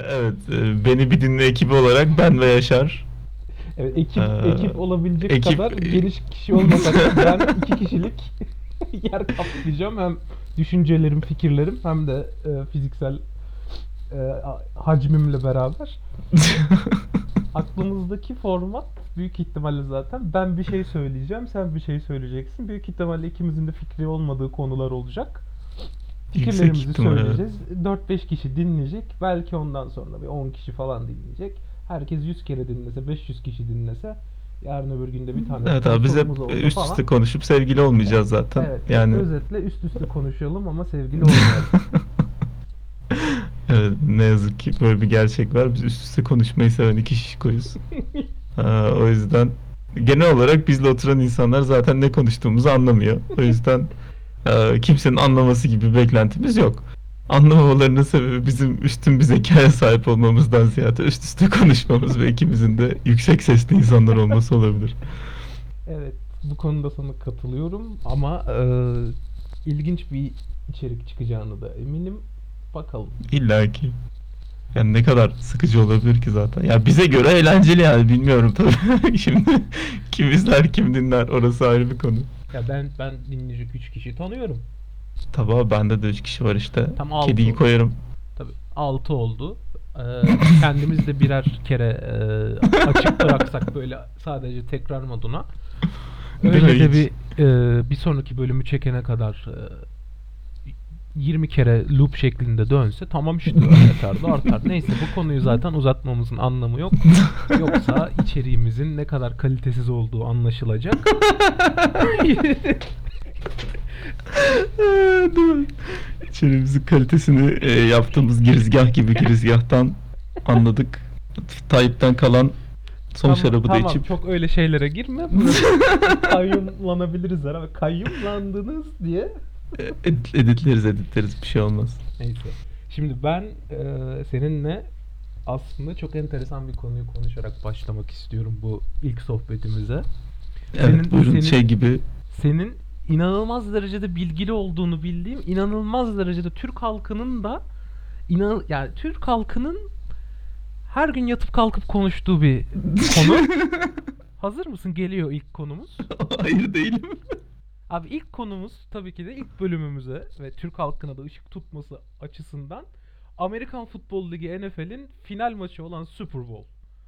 Evet, beni bir dinle ekibi olarak ben ve Yaşar. Evet, Ee, ekip olabilecek ekip kadar geniş kişi olmasak da ben iki kişilik yer kaplayacağım. Hem düşüncelerim, fikirlerim hem de fiziksel hacmimle beraber. Aklımızdaki format büyük ihtimalle zaten ben bir şey söyleyeceğim, sen bir şey söyleyeceksin. Büyük ihtimalle ikimizin de fikri olmadığı konular olacak. yüksek Fikirlerimizi ihtimal evet. söyleyeceğiz. 4-5 kişi dinleyecek. Belki ondan sonra bir 10 kişi falan dinleyecek. Herkes 100 kere dinlese, 500 kişi dinlese yarın öbür günde bir tane Evet abi biz hep sponsorumuz oldu üst falan. üste konuşup sevgili olmayacağız zaten. Evet, Yani özetle üst üste konuşalım ama sevgili olmayalım. evet, ne yazık ki böyle bir gerçek var. Biz üst üste konuşmayı seven iki kişi koyuz. O yüzden genel olarak bizle oturan insanlar zaten ne konuştuğumuzu anlamıyor. O yüzden kimsenin anlaması gibi bir beklentimiz yok. Anlamamalarının sebebi bizim üstün bir zekaya sahip olmamızdan ziyade üst üste konuşmamız ve ikimizin de yüksek sesli insanlar olması olabilir. Evet, bu konuda sana katılıyorum ama ilginç bir içerik çıkacağını da eminim. Bakalım. İlla ki. Yani ne kadar sıkıcı olabilir ki zaten. Ya bize göre eğlenceli yani bilmiyorum tabii. Şimdi kim izler kim dinler orası ayrı bir konu. Ya ben dinleyecek 3 kişi tanıyorum. Tabii abi, bende de 3 kişi var işte. Tam 6. Kediyi koyarım. Tabii 6 oldu. Kendimiz de birer kere açık bıraksak böyle sadece tekrar moduna. Değil mi Öyle de hiç? bir sonraki bölümü çekene kadar 20 kere loop şeklinde dönse tamam işte yeter de artar. Neyse bu konuyu zaten uzatmamızın anlamı yok. Yoksa içeriğimizin ne kadar kalitesiz olduğu anlaşılacak. Değil mi? İçerimizin kalitesini yaptığımız girizgah gibi girizgahtan anladık. Tayyip'ten kalan son Tamam, şarabı da tamam içip çok öyle şeylere girme. Burası kayyumlanabiliriz herhalde. Kayyumlandınız diye. editleriz bir şey olmaz. Neyse. Şimdi ben seninle aslında çok enteresan bir konuyu konuşarak başlamak istiyorum bu ilk sohbetimize. Evet buyurun şey gibi. Senin inanılmaz derecede bilgili olduğunu bildiğim, inanılmaz derecede Türk halkının da yani Türk halkının her gün yatıp kalkıp konuştuğu bir konu. Hazır mısın? Geliyor ilk konumuz. Hayır değilim. Abi ilk konumuz tabii ki de ilk bölümümüze ve Türk halkına da ışık tutması açısından Amerikan Futbol Ligi NFL'in final maçı olan Super Bowl.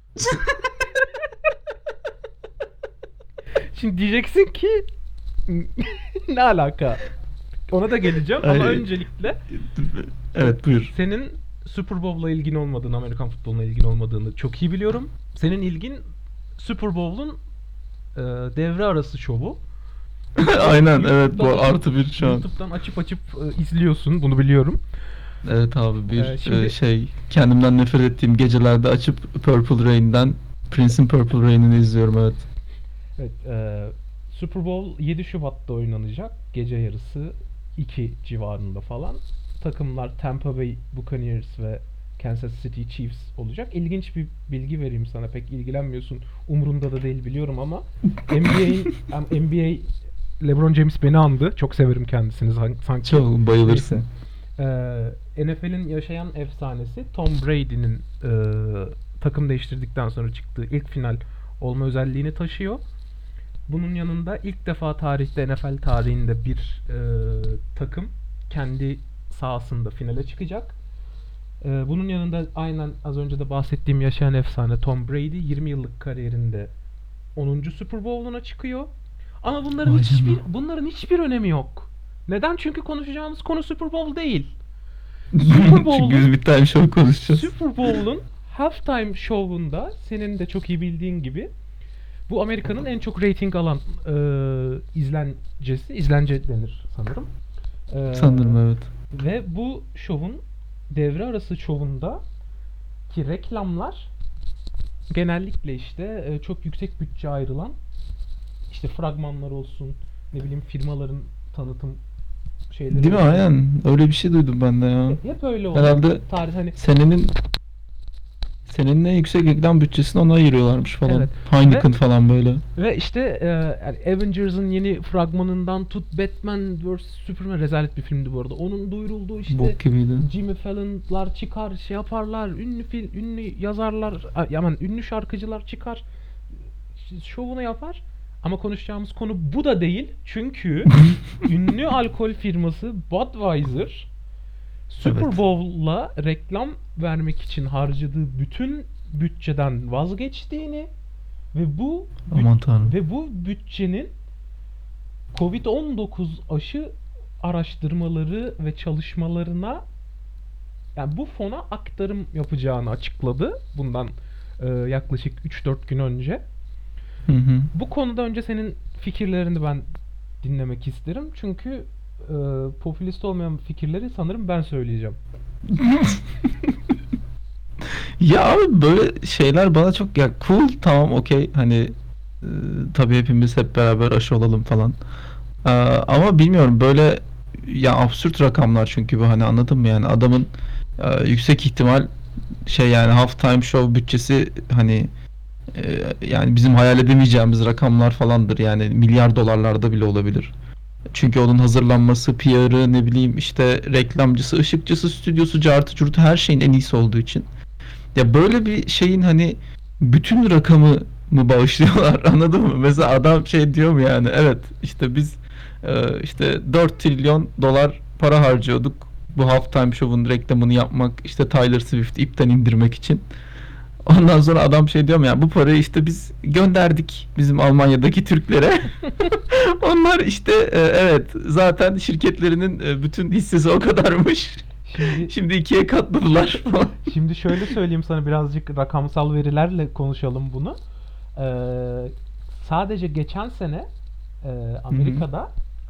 Şimdi diyeceksin ki ne alaka? Ona da geleceğim ama Ay, öncelikle evet buyur. senin Super Bowl'la ilgin olmadığını, Amerikan futboluna ilgin olmadığını çok iyi biliyorum. Senin ilgin Super Bowl'un devre arası şovu. Aynen evet bu YouTube'dan artı bir şu an. YouTube'dan açıp izliyorsun. Bunu biliyorum. Evet abi bir Şimdi şey kendimden nefret ettiğim gecelerde açıp Purple Rain'den Prince'in Purple Rain'ini izliyorum evet. evet, Super Bowl 7 Şubat'ta oynanacak. Gece yarısı 2 civarında falan. Takımlar Tampa Bay Buccaneers ve Kansas City Chiefs olacak. İlginç bir bilgi vereyim sana. Pek ilgilenmiyorsun. Umurunda da değil biliyorum ama NBA LeBron James beni andı. Çok severim kendisini sanki. Çok Neyse. bayılırsın. NFL'in yaşayan efsanesi Tom Brady'nin takım değiştirdikten sonra çıktığı ilk final olma özelliğini taşıyor. Bunun yanında ilk defa tarihte NFL tarihinde bir takım kendi sahasında finale çıkacak. Bunun yanında aynen az önce de bahsettiğim yaşayan efsane Tom Brady 20 yıllık kariyerinde 10. Super Bowl'una çıkıyor. Ama Vay canına. bunların hiçbir önemi yok. Neden? Çünkü konuşacağımız konu Super Bowl değil. Super Çünkü Bowl'un biz bir tane show konuşacağız. Super Bowl'un halftime şovunda senin de çok iyi bildiğin gibi bu Amerika'nın en çok rating alan izlence denir sanırım. Sanırım evet. Ve bu şovun devre arası şovunda ki reklamlar genellikle işte çok yüksek bütçe ayrılan işte fragmanlar olsun, ne bileyim firmaların tanıtım şeyleri Değil mi? olsun. Aynen. Öyle bir şey duydum ben de ya. Hep öyle oldu. Herhalde Tarih hani senenin Senin en yüksek reklam bütçesini ona ayırıyorlarmış falan. Evet. Heineken falan böyle. Ve işte yani Avengers'ın yeni fragmanından tut, Batman vs Superman, rezalet bir filmdi bu arada. Onun duyurulduğu işte Bok gibiydi. Jimmy Fallon'lar çıkar, şey yaparlar, ünlü yazarlar, yani ünlü şarkıcılar çıkar, şovunu yapar. Ama konuşacağımız konu bu da değil. Çünkü ünlü alkol firması Budweiser Evet. Super Bowl'la reklam vermek için harcadığı bütün bütçeden vazgeçtiğini ve Aman tanrım. bu bütçenin Covid-19 aşı araştırmaları ve çalışmalarına, yani bu fona aktarım yapacağını açıkladı bundan yaklaşık 3-4 gün önce. Hı hı. Bu konuda önce senin fikirlerini ben dinlemek isterim. Çünkü popülist olmayan fikirleri sanırım ben söyleyeceğim. Ya abi böyle şeyler bana çok ya cool, tamam, okey, hani tabii hepimiz hep beraber aşı olalım falan. Ama bilmiyorum böyle, ya absürt rakamlar çünkü bu, hani anladın mı, yani adamın yüksek ihtimal şey, yani halftime show bütçesi hani yani bizim hayal edemeyeceğimiz rakamlar falandır, yani milyar dolarlarda bile olabilir. Çünkü onun hazırlanması, PR'ı, ne bileyim işte reklamcısı, ışıkçısı, stüdyosu, cartı curtu, her şeyin en iyisi olduğu için. Ya böyle bir şeyin hani bütün rakamı mı bağışlıyorlar anladın mı? Mesela adam şey diyor mu yani, evet işte biz işte 4 trilyon dolar para harcıyorduk bu halftime show'un reklamını yapmak, işte Taylor Swift'i ipten indirmek için. Ondan sonra adam şey diyor mu ya, bu parayı işte biz gönderdik bizim Almanya'daki Türklere. Onlar işte evet zaten şirketlerinin bütün hissesi o kadarmış. Şimdi Şimdi ikiye katladılar falan. Şimdi şöyle söyleyeyim sana, birazcık rakamsal verilerle konuşalım bunu. Ee, Sadece geçen sene Hı hı. Amerika'da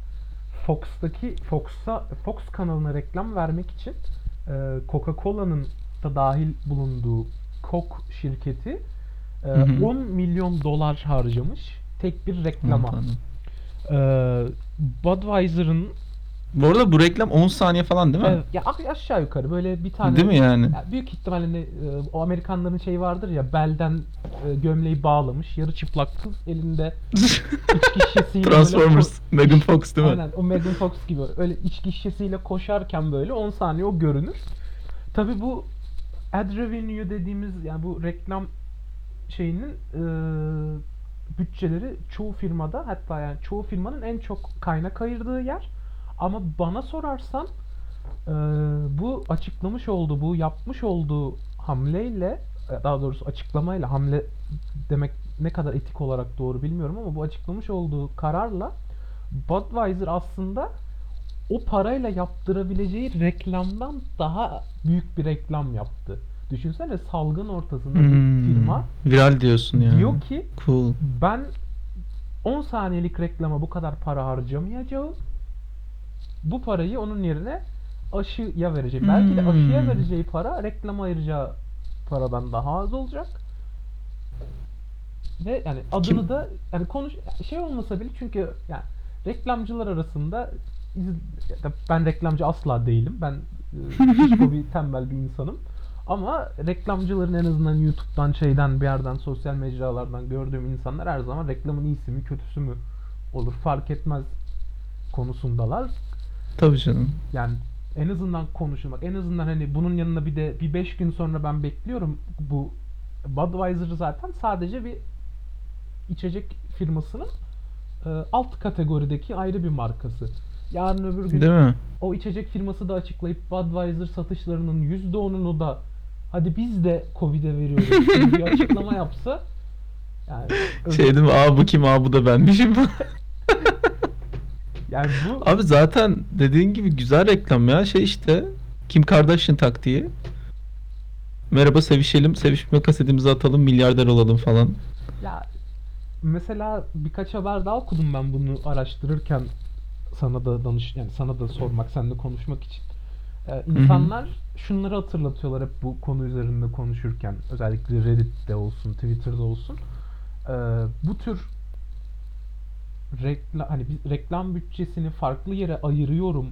Fox kanalına reklam vermek için Coca-Cola'nın da dahil bulunduğu Coke şirketi Hı hı. 10 milyon dolar harcamış tek bir Aman reklama. tanrım. Ee, Budweiser'ın Bu arada bu reklam 10 saniye falan değil mi? ya aşağı yukarı böyle bir tane, Değil mi yani? ya büyük ihtimalle o Amerikanların şeyi vardır ya, belden gömleği bağlamış yarı çıplak kız elinde içki şişesiyle böyle Transformers, Megan Fox değil mi? aynen o Megan Fox gibi öyle içki şişesiyle koşarken böyle 10 saniye o görünür. Tabii bu ad revenue dediğimiz, yani bu reklam şeyinin bütçeleri çoğu firmada, hatta yani çoğu firmanın en çok kaynak ayırdığı yer. Ama bana sorarsan Ee, bu açıklamış olduğu, bu yapmış olduğu hamleyle, daha doğrusu açıklamayla, hamle demek ne kadar etik olarak doğru bilmiyorum ama bu açıklamış olduğu kararla Budweiser aslında o parayla yaptırabileceği reklamdan daha büyük bir reklam yaptı. Düşünsene, salgın ortasında bir firma Viral diyorsun yani. diyor ki Cool. ben 10 saniyelik reklama bu kadar para harcamayacağım. Bu parayı onun yerine aşıya vereceği. Belki de aşıya vereceği para reklama ayıracağı paradan daha az olacak. Ve yani Kim? adını da yani şey olmasa bile, çünkü yani reklamcılar arasında ben reklamcı asla değilim. Ben şişko bir tembel bir insanım. Ama reklamcıların en azından YouTube'dan, şeyden, bir yerden, sosyal mecralardan gördüğüm insanlar her zaman reklamın iyisi mi kötüsü mü olur fark etmez konusundalar. Tabii canım. Yani en azından konuşulmak, en azından hani bunun yanına bir de bir 5 gün sonra ben bekliyorum, bu Budweiser zaten sadece bir içecek firmasının alt kategorideki ayrı bir markası. Yarın öbür gün Değil mi? o içecek firması da açıklayıp Budweiser satışlarının %10'unu da hadi biz de Covid'e veriyoruz gibi bir açıklama yapsa, yani Şey değil mi? Aa bu kim? Aa bu da benmişim. yani bu Abi zaten dediğin gibi güzel reklam ya. Şey işte Kim Kardashian taktiği. Merhaba, sevişelim. Sevişme kasetimizi atalım. Milyarder olalım falan. ya mesela birkaç haber daha okudum ben bunu araştırırken, sana da yani sana da sormak, seninle konuşmak için. Hı hı. İnsanlar şunları hatırlatıyorlar hep bu konu üzerinde konuşurken, özellikle Reddit'te olsun, Twitter'da olsun. Ee, Bu tür hani bir reklam bütçesini farklı yere ayırıyorum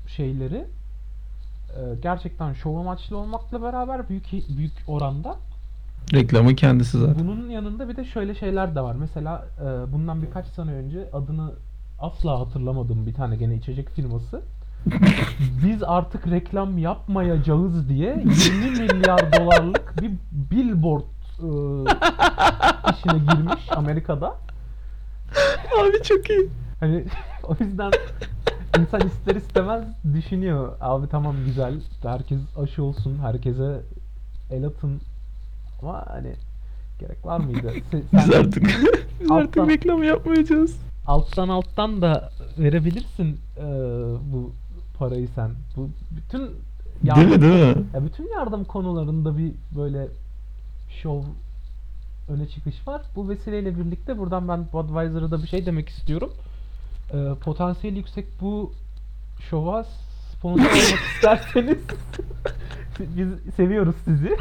şeyleri gerçekten şov amaçlı olmakla beraber büyük oranda Reklamın kendisi zaten. Bunun yanında bir de şöyle şeyler de var. Mesela bundan birkaç sene önce adını asla hatırlamadığım bir tane gene içecek firması biz artık reklam yapmayacağız diye 20 milyar dolarlık bir billboard e, işine girmiş Amerika'da. Abi çok iyi. Hani o yüzden insan ister istemez düşünüyor. Abi tamam güzel. Herkes aşı olsun. Herkese el atın. Ama hani gerek var mıydı? Biz Sen artık biz artık alttan reklam yapmayacağız. alttan da verebilirsin bu parayı sen. Bu bütün Değil mi, yardım değil mi? ya bütün yardım konularında bir böyle şov öne çıkış var. Bu vesileyle birlikte buradan ben Budweiser'a da bir şey demek istiyorum. Potansiyeli yüksek bu şova sponsor olmak isterseniz biz seviyoruz sizi.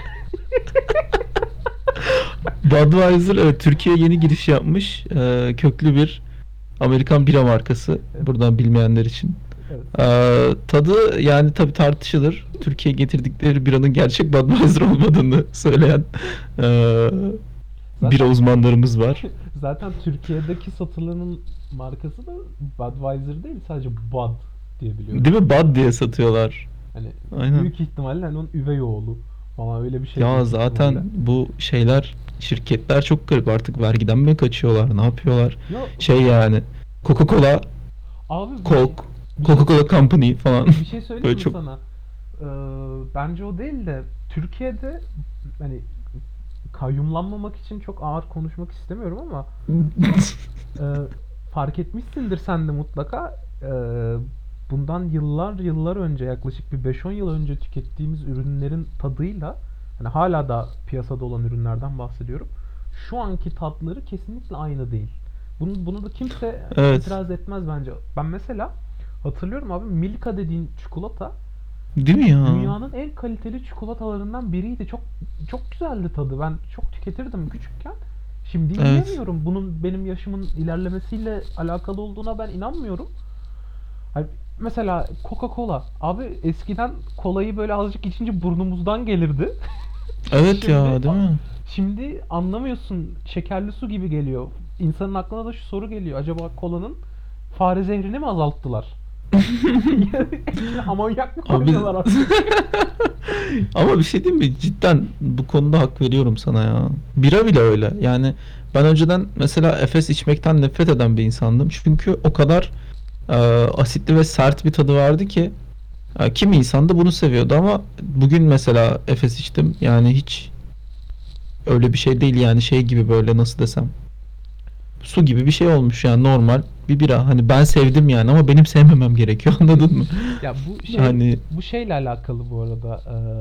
Budweiser evet, Türkiye'ye yeni giriş yapmış. Köklü bir Amerikan bira markası. Evet, Buradan bilmeyenler için. evet. Tadı yani tabii tartışılır. Türkiye'ye getirdikleri biranın gerçek Budweiser olmadığını söyleyen ee, bira Zaten uzmanlarımız var. zaten Türkiye'deki satılanın markası da Budweiser değil, sadece Bud diye biliyorum. Değil mi? Bud diye satıyorlar. Hani Aynen. büyük ihtimalle hani onun üvey oğlu falan öyle bir şey Ya büyük ihtimalle. zaten bu şeyler, şirketler çok garip, artık vergiden mi kaçıyorlar, ne yapıyorlar? Ya Şey yani Coca-Cola, abi Coke, bir şey Coca-Cola Company falan. bir şey söyleyeyim Böyle mi çok sana? Ee, Bence o değil de Türkiye'de hani kayyumlanmamak için çok ağır konuşmak istemiyorum ama e, fark etmişsindir sen de mutlaka. Bundan yıllar önce yaklaşık bir 5-10 yıl önce tükettiğimiz ürünlerin tadıyla hani hala da piyasada olan ürünlerden bahsediyorum. Şu anki tatları kesinlikle aynı değil. Bunu da kimse evet. itiraz etmez bence. Ben mesela hatırlıyorum abi, Milka dediğin çikolata Değil mi ya? dünyanın en kaliteli çikolatalarından biriydi. Çok güzeldi tadı. Ben çok tüketirdim küçükken. Şimdi Evet. yiyemiyorum. Bunun benim yaşımın ilerlemesiyle alakalı olduğuna ben inanmıyorum. Hani mesela Coca-Cola. Abi eskiden kolayı böyle azıcık içince burnumuzdan gelirdi. Evet Şimdi ya, değil mi? şimdi anlamıyorsun. Şekerli su gibi geliyor. İnsanın aklına da şu soru geliyor. Acaba kolanın fare zehrini mi azalttılar? Amonyak mı Abi koyuyorlar artık? ama bir şey diyeyim mi? Cidden bu konuda hak veriyorum sana ya. Bira bile öyle. Yani ben önceden mesela Efes içmekten nefret eden bir insandım. Çünkü o kadar e, asitli ve sert bir tadı vardı ki kimi insan da bunu seviyordu ama bugün mesela Efes içtim. Yani hiç öyle bir şey değil, yani şey gibi, böyle nasıl desem. Su gibi bir şey olmuş yani, normal bir bira. Hani ben sevdim yani ama benim sevmemem gerekiyor, anladın mı? Ya Hani bu şeyle alakalı bu arada.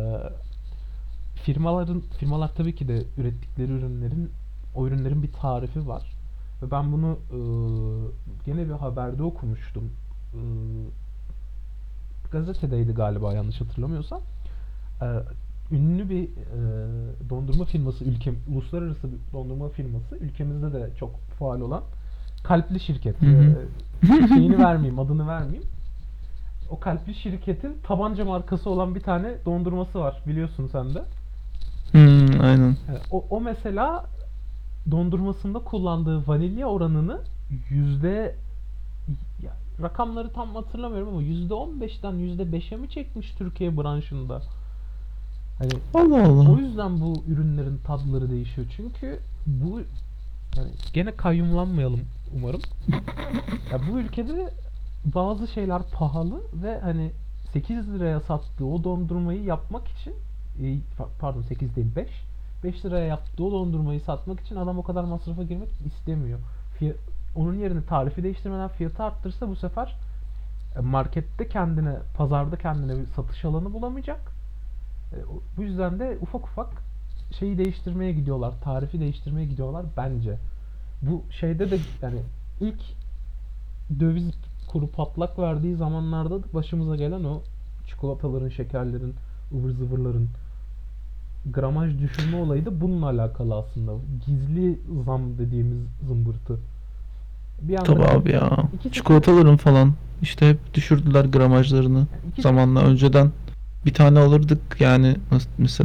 Firmalar tabii ki de ürettikleri o ürünlerin bir tarifi var. Ve ben bunu gene bir haberde okumuştum. Eee, Gazetedeydi galiba, yanlış hatırlamıyorsam. Eee, Ünlü bir dondurma firması, uluslararası bir dondurma firması, ülkemizde de çok faal olan kalpli şirket. hı hı. Şeyini vermeyeyim, adını vermeyeyim. O kalpli şirketin tabanca markası olan bir tane dondurması var, biliyorsun sen de. Aynen. O mesela dondurmasında kullandığı vanilya oranını yüzde, ya, rakamları tam hatırlamıyorum ama %15'ten %5'e mi çekmiş Türkiye branşında? Hani Allah o Allah. yüzden bu ürünlerin tadları değişiyor. Çünkü bu, yani gene kayyumlanmayalım umarım. Ya bu ülkede bazı şeyler pahalı ve hani 8 liraya sattığı o dondurmayı yapmak için pardon 8 değil 5 liraya yaptığı o dondurmayı satmak için adam o kadar masrafa girmek istemiyor. Onun yerine tarifi değiştirmeden fiyatı arttırsa bu sefer markette kendine, pazarda kendine bir satış alanı bulamayacak. Bu yüzden de ufak ufak şeyi değiştirmeye gidiyorlar. Tarifi değiştirmeye gidiyorlar bence. Bu şeyde de yani ilk döviz kuru patlak verdiği zamanlarda da başımıza gelen o çikolataların, şekerlerin, ıvır zıvırların gramaj düşürme olayı da bununla alakalı aslında. Gizli zam dediğimiz zımbırtı. Bir anda Tabii abi ya. iki sefer Çikolataların falan işte hep düşürdüler gramajlarını. iki, Zamanla önceden bir tane alırdık yani, mesela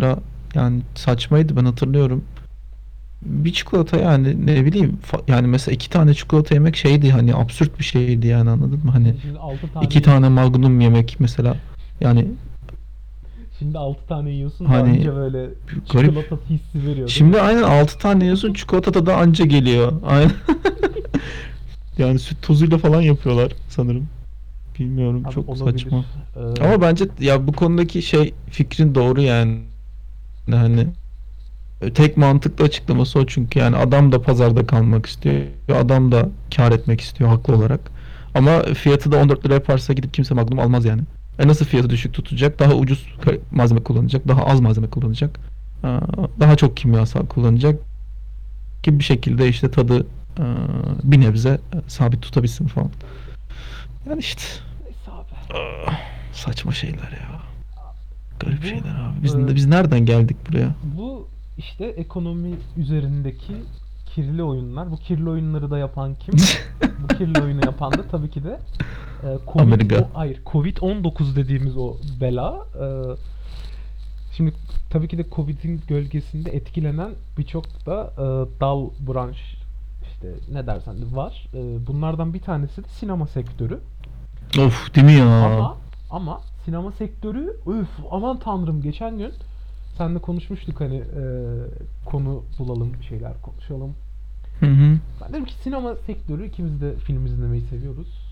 yani saçmaydı, ben hatırlıyorum. Bir çikolata, yani ne bileyim, yani mesela iki tane çikolata yemek şeydi, hani absürt bir şeydi yani, anladın mı? Hani Şimdi 6 tane iki tane Magnum yemek mesela, yani Şimdi 6 tane yiyorsun da hani anca böyle garip. çikolata hissi veriyor değil mi? Şimdi aynen 6 tane yiyorsun, çikolata da anca geliyor. Aynen. Yani süt tozuyla falan yapıyorlar sanırım. Bilmiyorum, Abi çok olabilir. saçma. Ee, Ama bence ya bu konudaki şey, fikrin doğru yani. Hani tek mantıklı açıklaması o, çünkü yani adam da pazarda kalmak istiyor. Adam da kar etmek istiyor haklı olarak. Ama fiyatı da 14 lira yaparsa gidip kimse Magnum almaz yani. Nasıl fiyatı düşük tutacak? Daha ucuz malzeme kullanacak, daha az malzeme kullanacak. Daha çok kimyasal kullanacak ki bir şekilde işte tadı bir nebze sabit tutabilsin falan. Yani işte neyse abi. saçma şeyler ya. Garip Bu şeyler abi. e, Biz nereden geldik buraya? bu işte ekonomi üzerindeki kirli oyunlar. Bu kirli oyunları da yapan kim? Bu kirli oyunu yapan da tabii ki de Amerika. Covid-19 dediğimiz o bela. Şimdi tabii ki de Covid'in gölgesinde etkilenen birçok da dal, branş, işte ne dersen de var. Bunlardan bir tanesi de sinema sektörü. Of, değil mi ya? Ama sinema sektörü, üf, aman tanrım, geçen gün seninle konuşmuştuk hani, konu bulalım, bir şeyler konuşalım. Hı hı. Ben dedim ki sinema sektörü, ikimiz de film izlemeyi seviyoruz.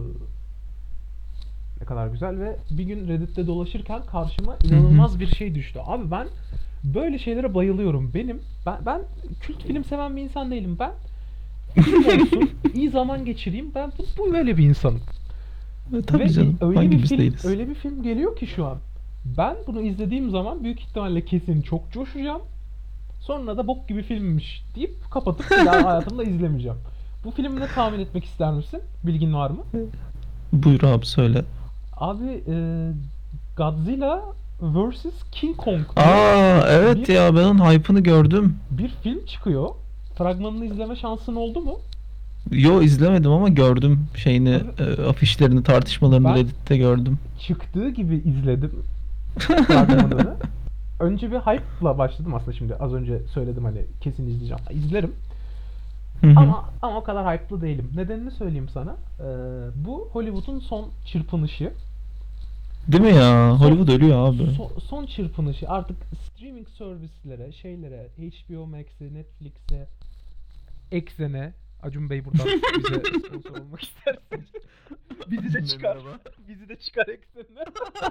Ne kadar güzel. Ve bir gün Reddit'te dolaşırken karşıma Hı hı. inanılmaz bir şey düştü. Abi ben böyle şeylere bayılıyorum. Ben kült film seven bir insan değilim. Ben film olsun, iyi zaman geçireyim. Ben bu böyle bir insanım. Tabii Ve canım. Hangimiz değiliz? öyle bir film geliyor ki şu an. Ben bunu izlediğim zaman büyük ihtimalle kesin çok coşacağım. Sonra da bok gibi filmmiş deyip kapatıp bir daha hayatımda izlemeyeceğim. Bu filmi ne, tahmin etmek ister misin? Bilgin var mı? Buyur abi, söyle. Abi, Godzilla vs King Kong diye Evet bir ya, ben onun hype'ını gördüm. bir film çıkıyor. Fragmanını izleme şansın oldu mu? Yo, izlemedim ama gördüm şeyini, Abi afişlerini, tartışmalarını ben Reddit'te gördüm. çıktığı gibi izledim fragmanını. Önce bir hype'la başladım aslında, şimdi az önce söyledim hani kesin izleyeceğim. İzlerim. Hı hı. Ama o kadar hype'lı değilim. Nedenini söyleyeyim sana. Bu Hollywood'un son çırpınışı. Değil mi ya? Son Hollywood ölüyor abi. son çırpınışı artık streaming servislere, şeylere, HBO Max'e, Netflix'e, Exxen'e, Acun Bey buradan bize sponsor olmak isterse bizi de çıkar. Bizi de çıkar Exxen'e.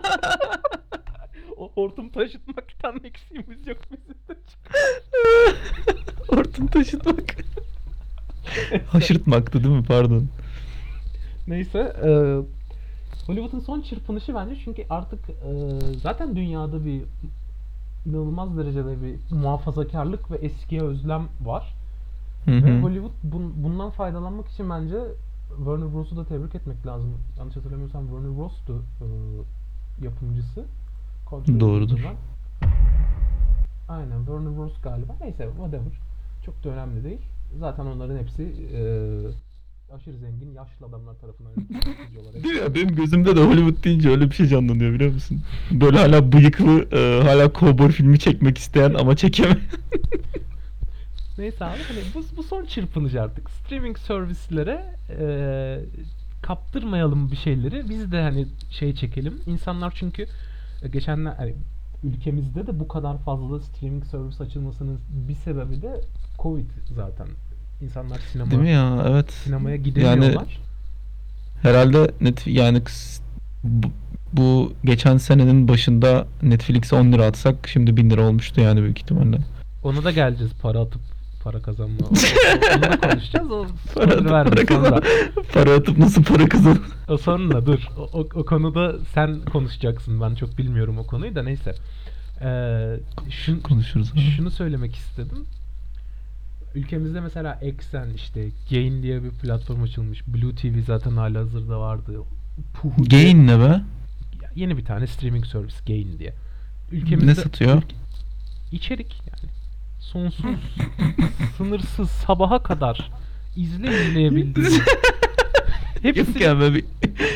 O hortum taşıtmaktan eksiğimiz yok, bizi de çıkar. Hortum taşıtmak. Haşırtmaktı değil mi? Pardon. Neyse, Hollywood'un son çırpınışı bence, çünkü artık zaten dünyada bir inanılmaz derecede bir muhafazakarlık ve eskiye özlem var. Hı Ve hı. Hollywood bundan faydalanmak için bence Warner Bros'u da tebrik etmek lazım. Yanlış hatırlamıyorsam Warner Bros'tu yapımcısı. Kontrol edeyim Doğrudur. hemen. Aynen, Warner Bros galiba. Neyse, whatever. Çok da önemli değil. Zaten onların hepsi aşırı zengin yaşlı adamlar tarafından yönetiliyorlar. Değil mi ya? Benim gözümde de Hollywood deyince öyle bir şey canlanıyor, biliyor musun? Böyle hala bıyıklı, hala kovboy filmi çekmek isteyen ama çekemeyen. Neyse abi, hani bu son çırpınış artık. Streaming servislere kaptırmayalım bir şeyleri. Biz de hani şey çekelim. İnsanlar çünkü geçenler hani ülkemizde de bu kadar fazla streaming servis açılmasının bir sebebi de Covid zaten. İnsanlar Değil mi ya? Evet. sinemaya Yani gidemiyorlar. herhalde yani bu, bu geçen senenin başında Netflix'e 10 lira atsak şimdi 1000 lira olmuştu yani, büyük ihtimalle. Ona da geleceğiz, para atıp para kazanma. Onu da konuşacağız. O Para spoiler atıp verme para sonra. kazan. Para atıp nasıl para kazan? O sonra dur. O konuda sen konuşacaksın. Ben çok bilmiyorum o konuyu da, neyse. Konuşuruz abi. Şunu söylemek istedim. Ülkemizde mesela Exxen, işte Gain diye bir platform açılmış. Blue TV zaten halihazırda vardı. Puhu diye Gain ne be? yeni bir tane streaming service, Gain diye. Ne Ülkemizde satıyor? içerik yani sonsuz, sınırsız, sabaha kadar izleyebildiğin Yok hepsini ya, ben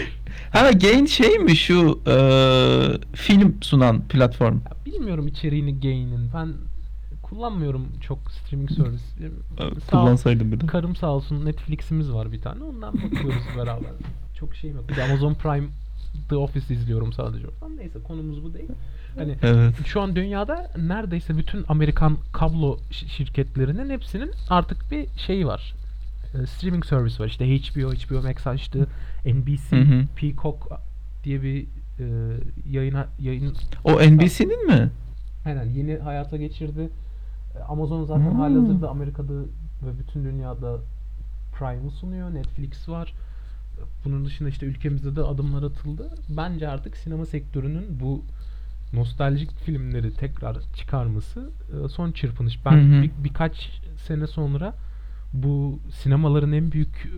Ha, Gain şey mi şu film sunan platform? Ya bilmiyorum içeriğini Gain'in. Ben kullanmıyorum çok streaming service. Sağ Kullansaydım bir de. Karım sağ olsun, Netflix'imiz var bir tane. Ondan bakıyoruz beraber. Çok şeyim yok. Bir de Amazon Prime The Office izliyorum sadece oradan. Neyse, konumuz bu değil. Hani Evet. şu an dünyada neredeyse bütün Amerikan kablo şirketlerinin hepsinin artık bir şeyi var. Streaming service var. İşte HBO Max açtı. Hı NBC hı. Peacock diye bir yayın O NBC'nin mi? aynen yeni hayata geçirdi. Amazon zaten Hmm. halihazırda Amerika'da ve bütün dünyada Prime'ı sunuyor. Netflix var. Bunun dışında işte ülkemizde de adımlar atıldı. Bence artık sinema sektörünün bu nostaljik filmleri tekrar çıkarması son çırpınış. Hı Ben hı. birkaç sene sonra bu sinemaların en büyük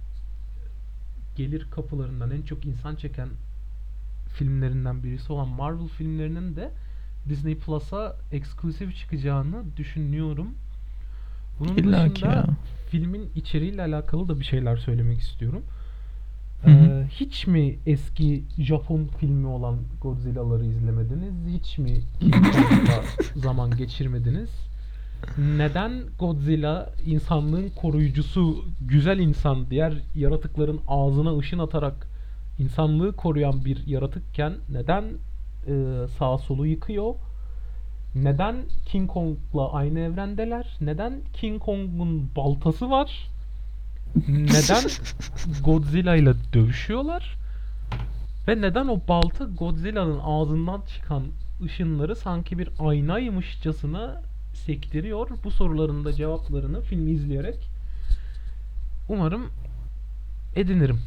gelir kapılarından, en çok insan çeken filmlerinden birisi olan Marvel filmlerinin de Disney Plus'a eksklusif çıkacağını düşünüyorum. Bunun İlla ki ya. dışında filmin içeriğiyle alakalı da bir şeyler söylemek istiyorum. Hı hı. Hiç mi eski Japon filmi olan Godzilla'ları izlemediniz? Hiç mi King Kong'la zaman geçirmediniz? Neden Godzilla insanlığın koruyucusu, güzel insan, diğer yaratıkların ağzına ışın atarak insanlığı koruyan bir yaratıkken neden sağa solu yıkıyor? Neden King Kong'la aynı evrendeler? Neden King Kong'un baltası var? Neden Godzilla ile dövüşüyorlar? Ve neden o balta Godzilla'nın ağzından çıkan ışınları sanki bir aynaymışçasına sektiriyor? Bu soruların da cevaplarını filmi izleyerek umarım edinirim.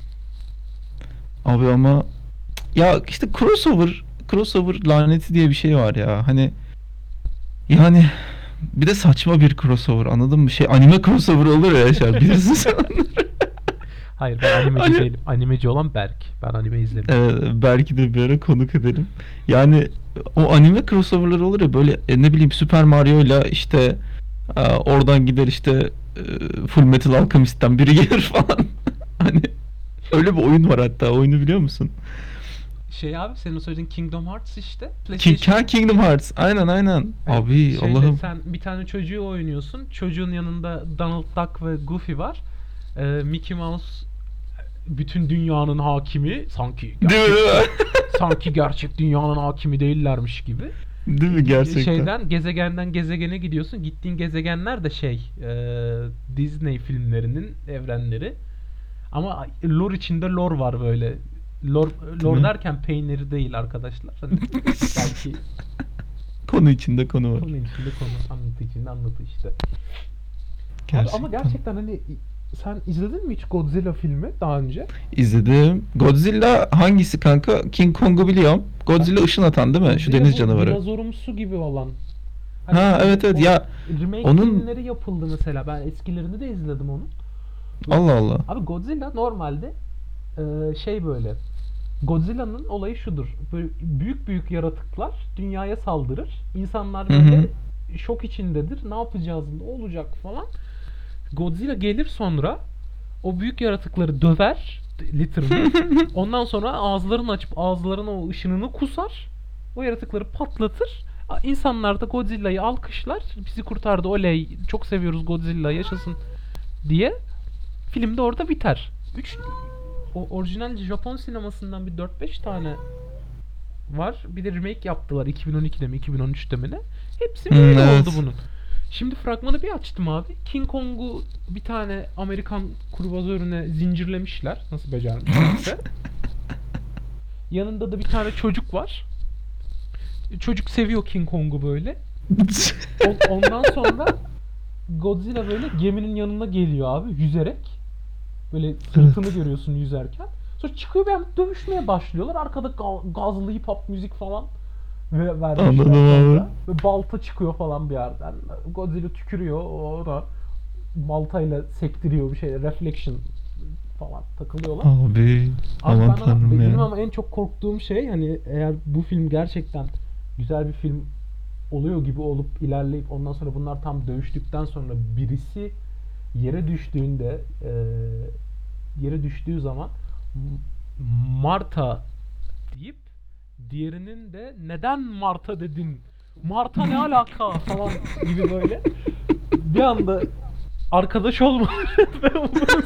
Abi ama ya işte crossover laneti diye bir şey var ya. Hani yani bir de saçma bir crossover, anladın mı? Şey, anime crossover olur ya Yaşar, bilirsin sen. Hayır, ben animeci Hani değilim. Animeci olan Berk. Ben anime izlemiyorum. belki de bir ara konuk edelim. Yani o anime crossover'ları olur ya, böyle ne bileyim Super Mario'yla işte oradan gider işte Full Metal Alchemist'ten biri gelir falan. Hani öyle bir oyun var hatta. Oyunu biliyor musun? Şey abi, senin söylediğin Kingdom Hearts işte. PlayStation. Kingdom Hearts. Aynen aynen. Yani Abi şeyde Allah'ım. sen bir tane çocuğu oynuyorsun. Çocuğun yanında Donald Duck ve Goofy var. Mickey Mouse bütün dünyanın hakimi, Değil mi? sanki gerçek dünyanın hakimi değillermiş gibi. Değil mi gerçekten? Şeyden gezegenden gezegene gidiyorsun. Gittiğin gezegenler de Disney filmlerinin evrenleri. Ama lore içinde lore var böyle. Lore, Değil lore mi? derken peyniri değil arkadaşlar. Hani belki Konu içinde konu var. konu içinde konu, anlatı içinde anlatı işte. Abi ama Gerçekten. gerçekten hani sen izledin mi hiç Godzilla filmi daha önce? İzledim. Godzilla hangisi kanka? King Kong'u biliyorum. Godzilla ışın atan değil mi? Şu Godzilla deniz bu canavarı. dinozorumsu gibi olan. Hani Ha, evet evet o ya, remake onun filmleri yapıldı mesela. Ben eskilerini de izledim onun. Allah Allah. Abi Godzilla normalde böyle. Godzilla'nın olayı şudur. Böyle büyük büyük yaratıklar dünyaya saldırır. İnsanlar Hı hı. böyle şok içindedir. Ne yapacağız, ne olacak falan. Godzilla gelir sonra o büyük yaratıkları döver literally. Ondan sonra ağızlarını açıp ağızlarına o ışınını kusar. O yaratıkları patlatır. İnsanlar da Godzilla'yı alkışlar. Bizi kurtardı, oley, çok seviyoruz Godzilla, yaşasın diye. Film de orada biter. O orijinal Japon sinemasından bir 4-5 tane var. Bir de remake yaptılar 2012'de mi 2013'te mi ne? Hepsi böyle oldu Evet. bunun. Şimdi fragmanı bir açtım abi. King Kong'u bir tane Amerikan kruvazörüne zincirlemişler. Nasıl becermişlerse. Yanında da bir tane çocuk var. Çocuk seviyor King Kong'u böyle. Ondan sonra Godzilla böyle geminin yanına geliyor abi yüzerek. Böyle sırtını görüyorsun yüzerken. Sonra çıkıyor, bir an dövüşmeye başlıyorlar. Arkada gazlı hip hop müzik falan vermişler Anladım abi. sonra. Ve balta çıkıyor falan bir yerden. Godzilla tükürüyor. O da baltayla sektiriyor bir şey. Reflection falan takılıyorlar. Abi Abi aman tanrım benim ya. ama en çok korktuğum şey, hani eğer bu film gerçekten güzel bir film oluyor gibi olup ilerleyip ondan sonra bunlar tam dövüştükten sonra birisi yere düştüğünde yere düştüğü zaman Marta deyip diğerinin de neden Marta dedin? Marta ne alaka falan gibi böyle bir anda arkadaş olma ve bunun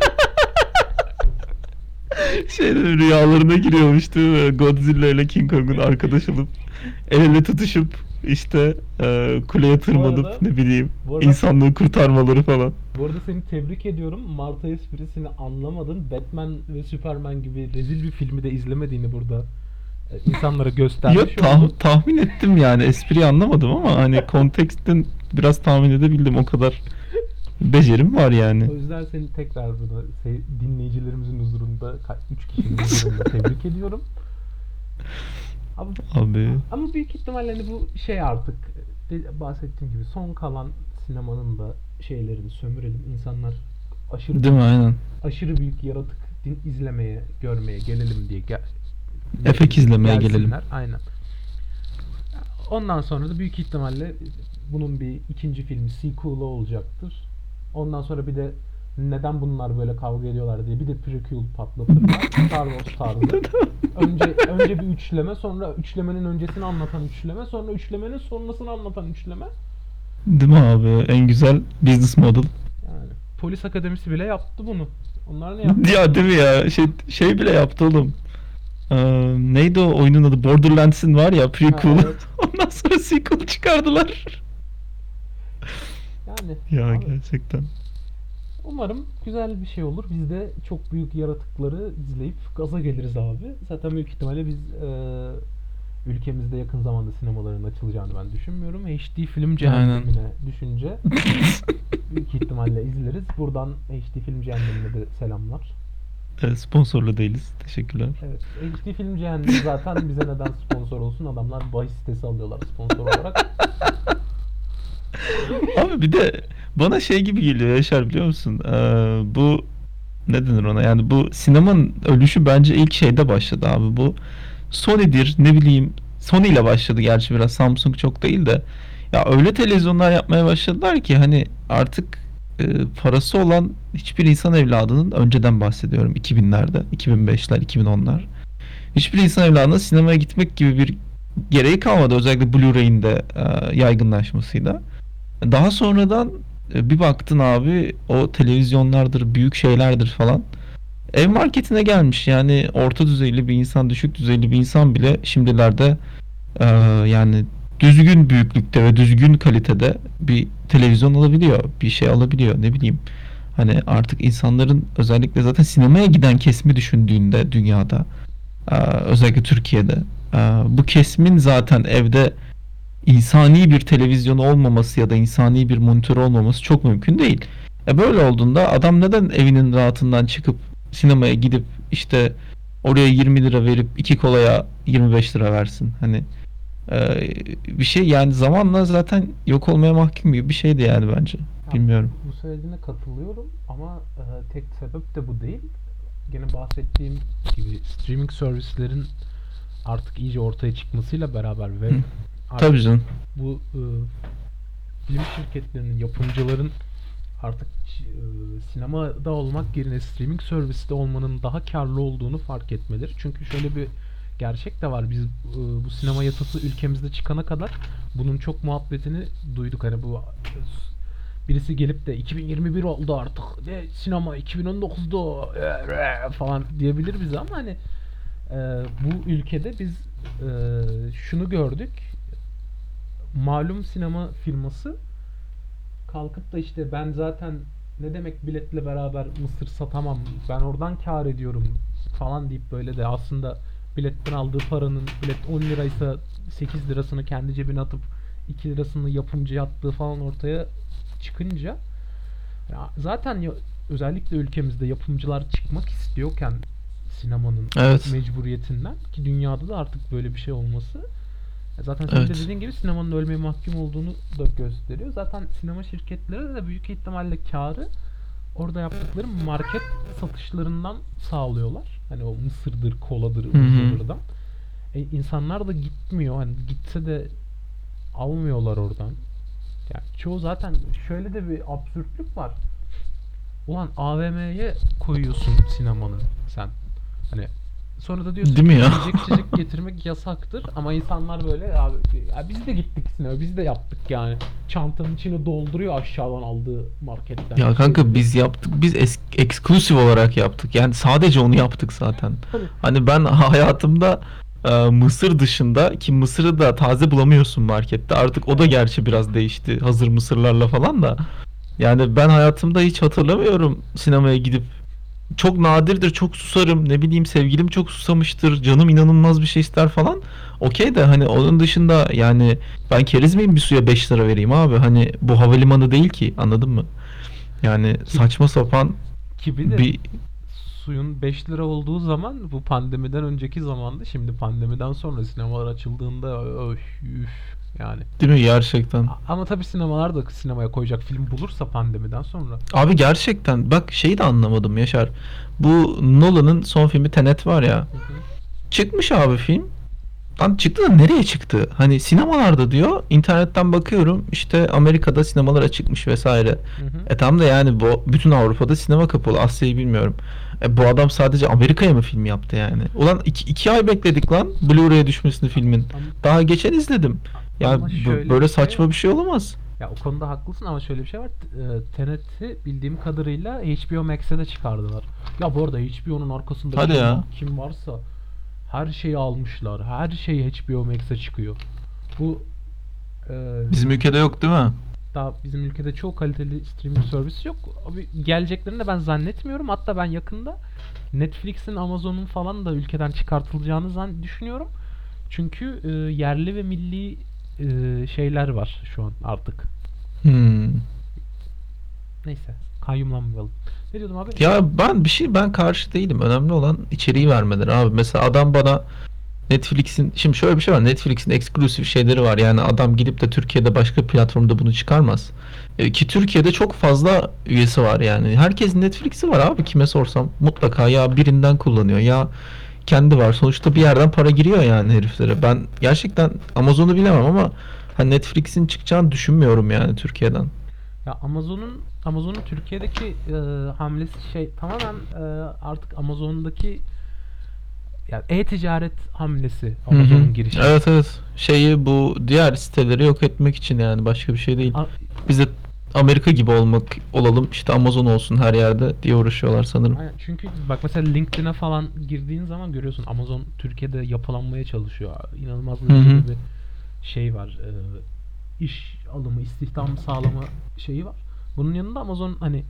Rüyalarına giriyormuş değil mi? Godzilla ile King Kong'un arkadaş olup el ele tutuşup işte kuleye tırmanıp arada- ne bileyim bu arada- insanlığı kurtarmaları falan. Bu arada seni tebrik ediyorum. Marta esprisini anlamadın. Batman ve Superman gibi rezil bir filmi de izlemediğini burada insanlara göstermiş Yok oldun. tahmin ettim yani espriyi anlamadım ama hani kontekstin biraz tahmin edebildim o kadar becerim var yani. O yüzden seni tekrar burada dinleyicilerimizin huzurunda 3 kişinin huzurunda tebrik ediyorum. Ama, Abi ama büyük ihtimalle hani bu şey artık bahsettiğim gibi son kalan sinemanın da şeylerini sömürelim. İnsanlar aşırı değil mi aynen. aşırı büyük yaratık izlemeye, görmeye gelelim diye Efekt izlemeye gelsinler. gelelim. Aynen. Ondan sonra da büyük ihtimalle bunun bir ikinci filmi, sequel'ı olacaktır. Ondan sonra bir de neden bunlar böyle kavga ediyorlar diye bir de prequel patlatırlar. Star Wars tarzı. Önce bir üçleme, sonra üçlemenin öncesini anlatan üçleme, sonra üçlemenin sonrasını anlatan üçleme. Değil mi abi? En güzel business model. Yani Polis Akademisi bile yaptı bunu. Onlar ne yaptı? Ya değil mi ya? Şey bile yaptı oğlum. Neydi o oyunun adı? Borderlands'in var ya prequel. Ha, evet. Ondan sonra sequel çıkardılar. Yani Ya abi, gerçekten. umarım güzel bir şey olur. Biz de çok büyük yaratıkları izleyip gaza geliriz abi. Zaten büyük ihtimalle biz ülkemizde yakın zamanda sinemaların açılacağını ben düşünmüyorum. HD film cehennemine düşünce büyük ihtimalle izleriz. Buradan HD film cehennemine de selamlar. Sponsorlu değiliz. Teşekkürler. Evet, HD film cehennemi zaten bize neden sponsor olsun? Adamlar bahis sitesi alıyorlar sponsor olarak. Abi bir de bana şey gibi geliyor Yaşar biliyor musun? Bu ne denir ona? Yani bu sinemanın ölüşü bence ilk şeyde başladı abi. Bu Sony'dir ne bileyim. Sony ile başladı gerçi biraz Samsung çok değil de. Ya öyle televizyonlar yapmaya başladılar ki hani artık parası olan hiçbir insan evladının önceden bahsediyorum 2000'lerde, 2005'ler, 2010'lar. Hiçbir insan evladının sinemaya gitmek gibi bir gereği kalmadı özellikle Blu-ray'in de yaygınlaşmasıyla. Daha sonradan bir baktın abi o televizyonlardır, büyük şeylerdir falan. Ev marketine gelmiş yani orta düzeyli bir insan, düşük düzeyli bir insan bile şimdilerde e, yani düzgün büyüklükte ve düzgün kalitede bir televizyon alabiliyor, bir şey alabiliyor ne bileyim. Hani artık insanların özellikle zaten sinemaya giden kesimi düşündüğünde dünyada, özellikle Türkiye'de, bu kesimin zaten evde insani bir televizyonu olmaması ya da insani bir monitör olmaması çok mümkün değil. Böyle olduğunda adam neden evinin rahatından çıkıp sinemaya gidip işte oraya 20 lira verip iki kolaya 25 lira versin? Hani bir şey yani zamanla zaten yok olmaya mahkum gibi bir şeydi yani bence. Ya, Bilmiyorum. bu söylediğine katılıyorum ama tek sebep de bu değil. Gene bahsettiğim gibi streaming servislerin artık iyice ortaya çıkmasıyla beraber ve Hı. artık Tabii canım. bu film şirketlerinin, yapımcıların artık sinemada olmak yerine streaming serviste olmanın daha karlı olduğunu fark etmeleri. Çünkü şöyle bir gerçek de var. Biz bu sinema yasası ülkemizde çıkana kadar bunun çok muhabbetini duyduk. Hani bu birisi gelip de 2021 oldu artık. Ne sinema 2019'da o, falan diyebilir bize ama hani bu ülkede biz şunu gördük. Malum sinema firması kalkıp da işte ben zaten ne demek biletle beraber mısır satamam, ben oradan kâr ediyorum falan deyip böyle de aslında biletten aldığı paranın, bilet 10 liraysa 8 lirasını kendi cebine atıp 2 lirasını yapımcıya attığı falan ortaya çıkınca ya zaten özellikle ülkemizde yapımcılar çıkmak istiyorken sinemanın Evet. mecburiyetinden ki dünyada da artık böyle bir şey olması zaten senin de Evet. dediğin gibi sinemanın ölmeye mahkum olduğunu da gösteriyor. Zaten sinema şirketleri de büyük ihtimalle karı orada yaptıkları market satışlarından sağlıyorlar. Hani o mısırdır, koladır, Hı hı. ıvırdan. İnsanlar da gitmiyor. Hani gitse de almıyorlar oradan. Yani çoğu zaten şöyle de bir absürtlük var. Ulan AVM'ye koyuyorsun sinemanı sen. Hani sonra da diyorsun Değil mi ki ya? yiyecek içecek getirmek yasaktır ama insanlar böyle abi ya biz de gittik sinemaya biz de yaptık yani. Çantanın içini dolduruyor aşağıdan aldığı marketten Ya kanka şeyleri. biz yaptık. Biz eksklusif olarak yaptık. Yani sadece onu yaptık zaten. Hani Hani ben hayatımda mısır dışında, ki mısırı da taze bulamıyorsun markette. Artık o da evet. gerçi biraz değişti hazır mısırlarla falan da. Yani ben hayatımda hiç hatırlamıyorum sinemaya gidip. Çok nadirdir, çok susarım. Ne bileyim, sevgilim çok susamıştır. Canım inanılmaz bir şey ister falan. Okey de hani onun dışında yani ben keriz miyim bir suya 5 lira vereyim abi? Hani bu havalimanı değil ki, anladın mı? Yani Ki, saçma sapan ki bir de bir... suyun 5 lira olduğu zaman bu pandemiden önceki zamandı. Şimdi pandemiden sonra sinemalar açıldığında öf, üf yani. Değil mi gerçekten? Ama tabii sinemalar da sinemaya koyacak film bulursa pandemiden sonra. Abi gerçekten bak şeyi de anlamadım Yaşar. Bu Nolan'ın son filmi Tenet var ya. Hı hı. Çıkmış abi film. Lan çıktı da nereye çıktı? Hani sinemalarda diyor. İnternetten bakıyorum işte Amerika'da sinemalara çıkmış vesaire. Hı hı. Tam da yani bu bütün Avrupa'da sinema kapalı. Asya'yı bilmiyorum. Bu adam sadece Amerika'ya mı film yaptı yani? Ulan iki ay bekledik lan Blu-ray'e düşmesini filmin. Ama, Daha geçen izledim. Ya ama şöyle bir böyle şey saçma var. bir şey olamaz. Ya o konuda haklısın ama şöyle bir şey var. Tenet'i bildiğim kadarıyla HBO Max'e de çıkardılar. Ya bu arada HBO'nun arkasında Hadi ya. kim varsa her şeyi almışlar. Her şey HBO Max'e çıkıyor. Bu e, Bizim ülkede yok değil mi? daha bizim ülkede çok kaliteli streaming servisi yok. Abi geleceklerini de ben zannetmiyorum. Hatta ben yakında Netflix'in, Amazon'un falan da ülkeden çıkartılacağını düşünüyorum. Çünkü yerli ve milli şeyler var şu an artık. Hmm. Neyse, kayyumlanmayalım. Ne diyordum abi? Ya ben karşı değilim. Önemli olan içeriği vermeleri abi. Mesela adam bana Netflix'in, şimdi şöyle bir şey var. Netflix'in eksklusif şeyleri var. Yani adam gidip de Türkiye'de başka platformda bunu çıkarmaz. Ki Türkiye'de çok fazla üyesi var yani. Herkesin Netflix'i var abi, kime sorsam. Mutlaka ya birinden kullanıyor ya kendi var. Sonuçta bir yerden para giriyor yani heriflere. Ben gerçekten Amazon'u bilemem ama hani Netflix'in çıkacağını düşünmüyorum yani Türkiye'den. Ya Amazon'un Türkiye'deki hamlesi şey tamamen artık Amazon'daki yani e-ticaret hamlesi Hı hı. Amazon'un girişi. Evet evet. Şeyi, bu diğer siteleri yok etmek için, yani başka bir şey değil. A- Biz de Amerika gibi olalım işte, Amazon olsun her yerde diye uğraşıyorlar sanırım. Aynen. Çünkü bak mesela LinkedIn'e falan girdiğin zaman görüyorsun Amazon Türkiye'de yapılanmaya çalışıyor. İnanılmaz Hı hı. derecede bir şey var. İş alımı, istihdam sağlama şeyi var. Bunun yanında Amazon hani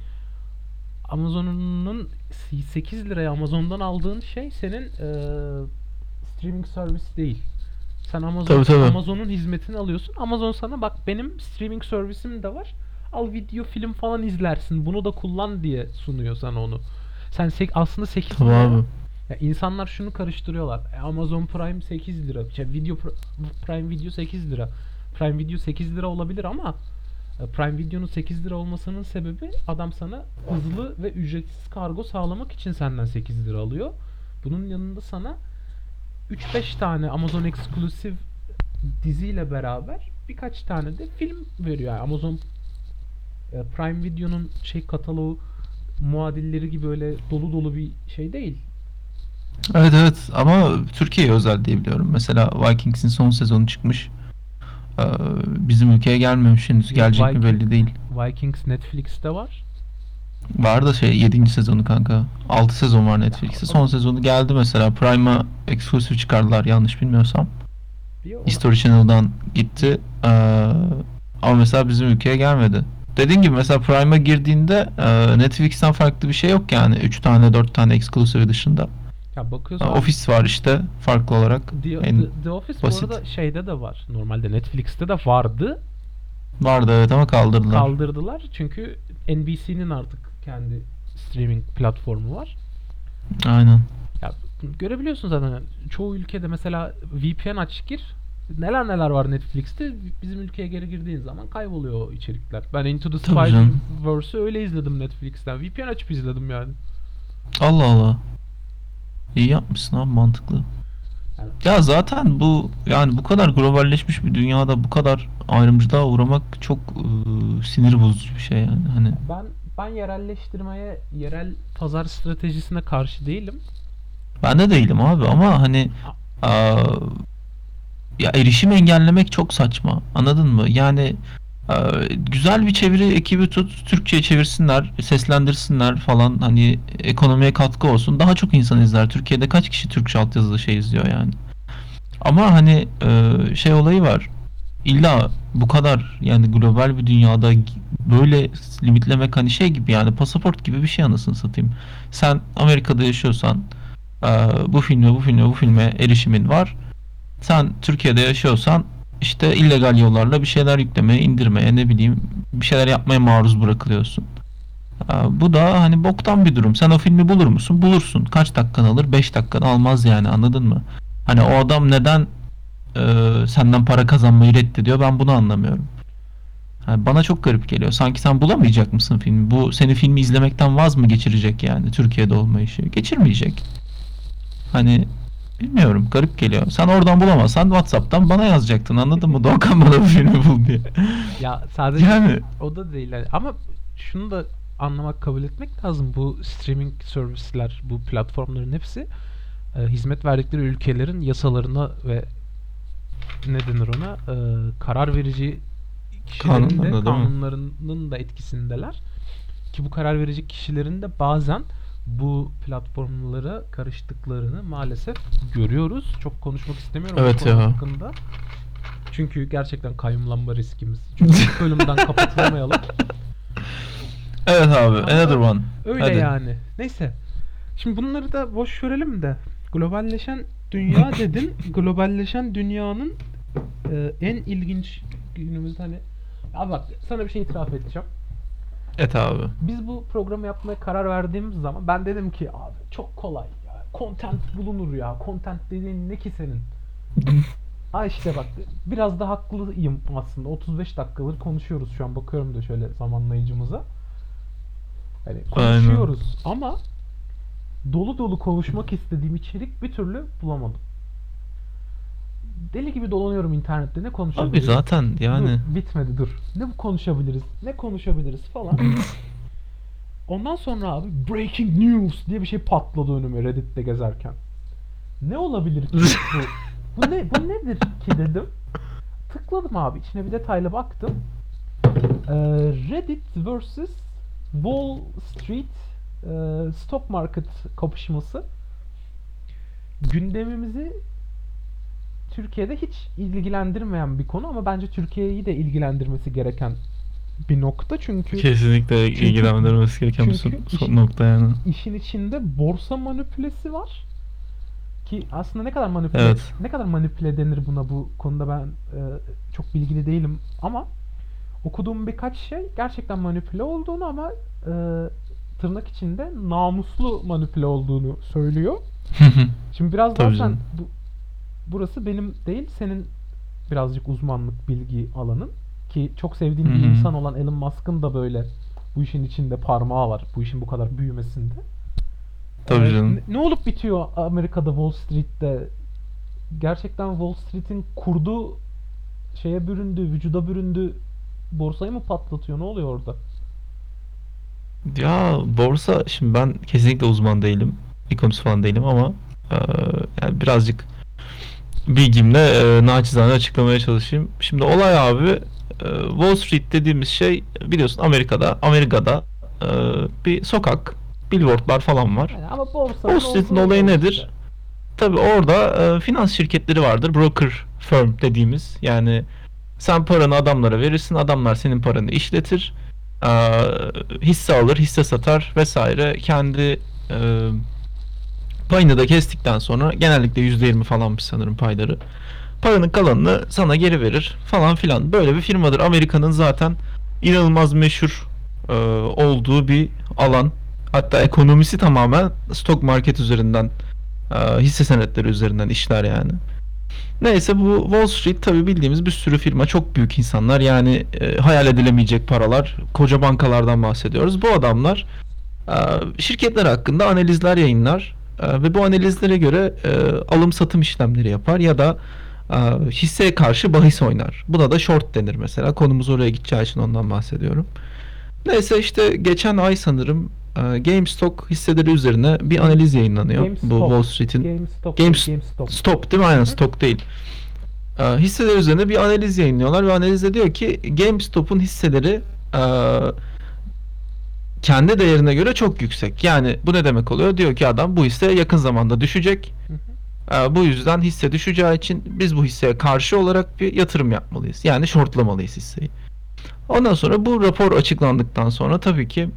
Amazon'un 8 liraya Amazon'dan aldığın şey senin streaming servis değil. Sen Tabii tabii. Amazon'un hizmetini alıyorsun. Amazon sana bak benim streaming servisim de var. Al video film falan izlersin. Bunu da kullan diye sunuyor sana onu. Sen aslında 8 Tamam liraya abi. ya insanlar şunu karıştırıyorlar. Amazon Prime 8 lira. Prime Video 8 lira. Prime Video 8 lira olabilir ama Prime Video'nun 8 lira olmasının sebebi adam sana hızlı ve ücretsiz kargo sağlamak için senden 8 lira alıyor. Bunun yanında sana 3-5 tane Amazon eksklusif diziyle beraber birkaç tane de film veriyor. Yani Amazon Prime Video'nun şey kataloğu muadilleri gibi öyle dolu dolu bir şey değil. Evet evet, ama Türkiye'ye özel diye biliyorum. Mesela Vikings'in son sezonu çıkmış. Ee, Bizim ülkeye gelmemiş henüz. Yok Gelecek mi belli değil. Vikings Netflix'te var. Var da şey, 7. sezonu kanka. 6 sezon var Ya, Netflix'te. Son sezonu geldi mesela. Prime'a eksklusif çıkardılar yanlış bilmiyorsam. ona History Channel'dan gitti. Ama mesela bizim ülkeye gelmedi. Dediğim gibi mesela Prime'a girdiğinde Netflix'ten farklı bir şey yok yani. 3 tane 4 tane eksklusifi dışında. ya bakıyorsun Office var işte farklı olarak. En The Office bu basit. arada şeyde de var. Normalde Netflix'te de vardı. Vardı evet ama kaldırdılar. Kaldırdılar çünkü NBC'nin artık kendi streaming platformu var. Aynen. Ya görebiliyorsun zaten çoğu ülkede mesela VPN aç gir. Neler neler var Netflix'te. Bizim ülkeye geri girdiğin zaman kayboluyor o içerikler. Ben Into the Tabii canım. Spider-Verse'ü öyle izledim Netflix'ten. VPN açıp izledim yani. Allah Allah. İyi yapmışsın abi, mantıklı. Yani Ya zaten bu, yani bu kadar globalleşmiş bir dünyada bu kadar ayrımcılığa uğramak çok sinir bozucu bir şey yani. Hani ben yerelleştirmeye, yerel pazar stratejisine karşı değilim. Ben de değilim abi ama hani aa, ya erişim engellemek çok saçma. Anladın mı? Yani güzel bir çeviri ekibi tut, Türkçe'ye çevirsinler, seslendirsinler falan, hani ekonomiye katkı olsun. Daha çok insan izler. Türkiye'de kaç kişi Türkçe altyazılı şey izliyor yani. Ama hani şey olayı var. İlla bu kadar yani global bir dünyada böyle limitlemek hani şey gibi, yani pasaport gibi bir şey anasını satayım. Sen Amerika'da yaşıyorsan bu filme bu filme bu filme erişimin var. Sen Türkiye'de yaşıyorsan işte illegal yollarla bir şeyler yüklemeye, indirmeye, ne bileyim bir şeyler yapmaya maruz bırakılıyorsun. Bu da hani boktan bir durum. Sen o filmi bulur musun? Bulursun. Kaç dakikan alır? 5 dakikan almaz yani, anladın mı? Hani o adam neden senden para kazanmayı reddediyor, ben bunu anlamıyorum. Yani bana çok garip geliyor. Sanki sen bulamayacak mısın filmi? Bu seni filmi izlemekten vaz mı geçirecek yani, Türkiye'de olma işi? Geçirmeyecek. Hani bilmiyorum, garip geliyor. Sen oradan bulamazsan WhatsApp'tan bana yazacaktın, anladın mı? Doğukan bana bu filmi bul diye. Ya sadece Yani o da değil. Yani. Ama şunu da anlamak, kabul etmek lazım. Bu streaming servisler, bu platformların hepsi hizmet verdikleri ülkelerin yasalarına ve ne denir ona, karar verici kişilerin de kanunlarında değil mi? kanunlarının da etkisindeler. Ki bu karar verici kişilerin de bazen bu platformlara karıştıklarını maalesef görüyoruz. Çok konuşmak istemiyorum bu Evet konu ya. hakkında. Çünkü gerçekten kayyumlanma riskimiz. Çünkü ilk bölümden kapatılamayalım. Evet abi, Ama another one. öyle Hadi. yani. Neyse. Şimdi bunları da boş görelim de. Globalleşen dünya dedin. Globalleşen dünyanın en ilginç günümüzde hani... Ya bak, sana bir şey itiraf edeceğim. Et abi. Biz bu programı yapmaya karar verdiğimiz zaman ben dedim ki abi çok kolay ya. Content bulunur ya. Content dediğin ne ki senin? Ha işte bak, biraz da haklıyım aslında. 35 dakikadır konuşuyoruz şu an. Bakıyorum da şöyle zamanlayıcımıza. Hani Aynen. konuşuyoruz ama dolu dolu konuşmak istediğim içerik bir türlü bulamadım. Deli gibi dolanıyorum internette. Ne Abi konuşabiliriz? zaten Dur, yani bitmedi dur. Ne konuşabiliriz? Ne konuşabiliriz falan. Ondan sonra abi breaking news diye bir şey patladı önüme Reddit'te gezerken. Ne olabilir ki bu? Bu nedir ki dedim. Tıkladım abi, içine bir detaylı baktım. Reddit vs Wall Street stock market kapışması gündemimizi Türkiye'de hiç ilgilendirmeyen bir konu ama bence Türkiye'yi de ilgilendirmesi gereken bir nokta. Çünkü kesinlikle çünkü ilgilendirmesi gereken bir son, çünkü son nokta yani. işin içinde borsa manipülesi var. Ki aslında Evet. ne kadar manipüle denir buna, bu konuda ben çok bilgili değilim ama okuduğum birkaç şey gerçekten manipüle olduğunu ama e, tırnak içinde namuslu manipüle olduğunu söylüyor. Şimdi biraz daha Tabii sen canım. burası benim değil senin birazcık uzmanlık bilgi alanın, ki çok Hı sevdiğim bir hı. insan olan Elon Musk'ın da böyle bu işin içinde parmağı var. Bu işin bu kadar büyümesinde. Tabii canım. Ne olup bitiyor Amerika'da, Wall Street'te? Gerçekten Wall Street'in kurdu şeye büründü, vücuda büründü. Borsayı mı patlatıyor? Ne oluyor orada? Ya borsa, şimdi ben kesinlikle uzman değilim. Ekonomist falan değilim ama e, yani birazcık bilgimle naçizane açıklamaya çalışayım. Şimdi olay abi, Wall Street dediğimiz şey biliyorsun Amerika'da e, bir sokak, billboardlar falan var. Yani ama Wall borsanın Street'in olduğu olayı yer nedir? işte. Tabii orada finans şirketleri vardır. Broker firm dediğimiz. Yani sen paranı adamlara verirsin. Adamlar senin paranı işletir. E, hisse alır, hisse satar vesaire. Kendi payını da kestikten sonra, genellikle %20 falanmış sanırım payları, paranın kalanını sana geri verir falan filan. Böyle bir firmadır. Amerika'nın zaten inanılmaz meşhur olduğu bir alan. Hatta ekonomisi tamamen stock market üzerinden, hisse senetleri üzerinden işler yani. Neyse, bu Wall Street tabii bildiğimiz bir sürü firma, çok büyük insanlar yani, hayal edilemeyecek paralar, koca bankalardan bahsediyoruz. Bu adamlar e, şirketler hakkında analizler yayınlar ve bu analizlere göre alım satım işlemleri yapar ya da hisseye karşı bahis oynar. Buna da short denir mesela. Konumuz oraya gideceği için ondan bahsediyorum. Neyse işte geçen ay sanırım GameStop hisseleri üzerine bir analiz yayınlanıyor. Bu GameStop. Wall Street'in GameStop. Stop değil mi? Aynen, Stock değil. Hisseler üzerine bir analiz yayınlıyorlar ve analizde diyor ki GameStop'un hisseleri e, kendi değerine göre çok yüksek. Yani bu ne demek oluyor? Diyor ki adam bu hisse yakın zamanda düşecek. Hı hı. Bu yüzden hisse düşeceği için biz bu hisseye karşı olarak bir yatırım yapmalıyız. Yani shortlamalıyız hisseyi. Ondan sonra bu rapor açıklandıktan sonra tabii ki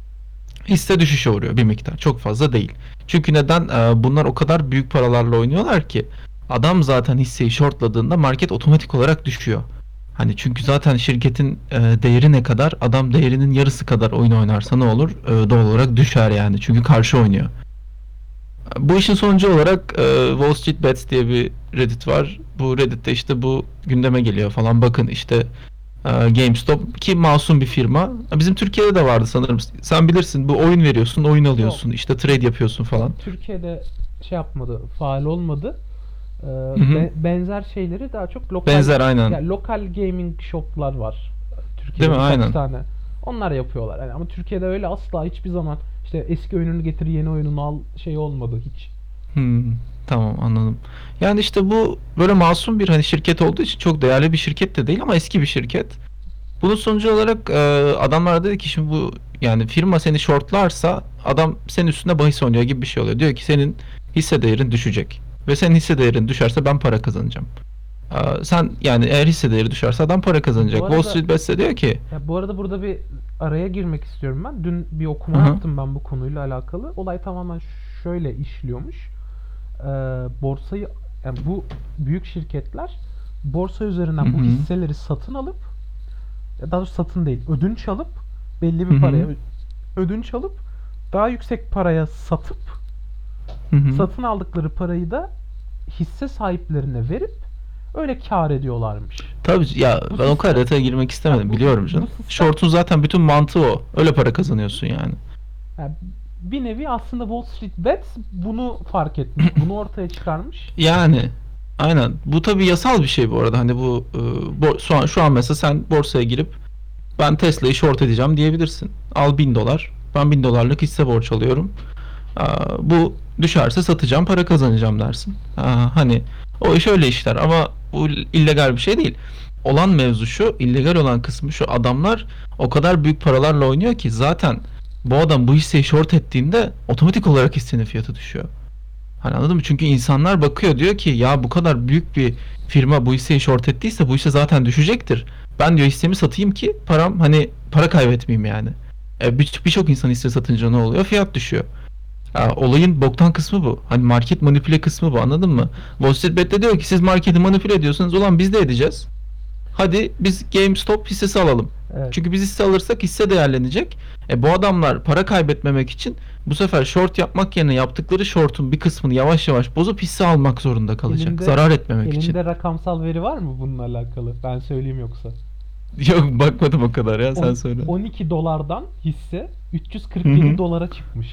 hisse düşüşe uğruyor bir miktar. Çok fazla değil. Çünkü neden? Bunlar o kadar büyük paralarla oynuyorlar ki adam zaten hisseyi shortladığında market otomatik olarak düşüyor. Hani çünkü zaten şirketin değeri ne kadar? Adam değerinin yarısı kadar oyun oynarsa ne olur? Doğal olarak düşer yani. Çünkü karşı oynuyor. Bu işin sonucu olarak Wall Street Bets diye bir Reddit var. Bu Reddit'te işte bu gündeme geliyor falan. Bakın işte GameStop ki masum bir firma. Bizim Türkiye'de de vardı sanırım. Sen bilirsin, bu oyun veriyorsun, oyun alıyorsun, işte trade yapıyorsun falan. Türkiye'de şey yapmadı, faal olmadı. Hı hı. Benzer şeyleri daha çok lokal, Benzer, aynen. yani lokal gaming shop'lar var. Türkiye'de Değil mi? birkaç Aynen. tane. Onlar yapıyorlar. Yani ama Türkiye'de öyle asla hiçbir zaman işte eski oyununu getir, yeni oyununu al şey olmadı hiç. Hmm, tamam, anladım. Yani işte bu böyle masum bir hani şirket olduğu için çok değerli bir şirket de değil ama eski bir şirket. Bunun sonucu olarak adamlar dedi ki şimdi bu yani firma seni shortlarsa adam senin üstünde bahis oynuyor gibi bir şey oluyor. Diyor ki senin hisse değerin düşecek. Ve senin hisse değerin düşerse ben para kazanacağım. Sen yani eğer hisse değeri düşerse adam para kazanacak. Bu Wall arada Street Bets de diyor ki bu arada burada bir araya girmek istiyorum ben. Dün bir hı okuma hı, yaptım ben bu konuyla alakalı. Olay tamamen şöyle işliyormuş. Ee, borsayı yani bu büyük şirketler borsa hı üzerinden bu hı, hisseleri satın alıp, ya daha doğrusu satın değil, ödünç alıp belli hı bir paraya hı, ödünç alıp daha yüksek paraya satıp hı hı. satın aldıkları parayı da hisse sahiplerine verip öyle kâr ediyorlarmış. Tabii ya, Bu ben o kadar sistem detaya girmek ya istemedim, bu biliyorum bu canım. sistem Short'un zaten bütün mantığı o. Öyle para kazanıyorsun yani. yani bir nevi aslında Wall Street Bets bunu fark etmiş, bunu ortaya çıkarmış. Yani aynen. Bu tabii yasal bir şey bu arada. Hani bu şu an mesela sen borsaya girip ben Tesla'yı short edeceğim diyebilirsin. Al $1000. Ben $1000'lık hisse borç alıyorum. Bu düşerse satacağım, para kazanacağım dersin. Hani o iş öyle işler ama bu illegal bir şey değil. Olan mevzu şu, illegal olan kısmı şu: adamlar o kadar büyük paralarla oynuyor ki zaten bu adam bu hisseyi short ettiğinde otomatik olarak hissenin fiyatı düşüyor. Hani anladın mı? Çünkü insanlar bakıyor, diyor ki ya bu kadar büyük bir firma bu hisseyi short ettiyse bu hisse zaten düşecektir. Ben diyor hissemi satayım ki param, hani para kaybetmeyeyim yani. Birçok insan hisse satınca ne oluyor? Fiyat düşüyor. Olayın boktan kısmı bu. Hani market manipüle kısmı bu, anladın mı? Wall Street Bet de diyor ki siz marketi manipüle ediyorsunuz. Ulan biz de edeceğiz. Hadi biz GameStop hissesi alalım. Evet. Çünkü biz hisse alırsak hisse değerlenecek. Bu adamlar para kaybetmemek için bu sefer short yapmak yerine yaptıkları short'un bir kısmını yavaş yavaş bozup hisse almak zorunda kalacak. Elinde Zarar etmemek için. elinde rakamsal veri var mı bununla alakalı? Ben söyleyeyim yoksa. Yok, bakmadım o kadar ya, sen söyle. 12 dolardan hisse Hı 347 hı. dolara çıkmış.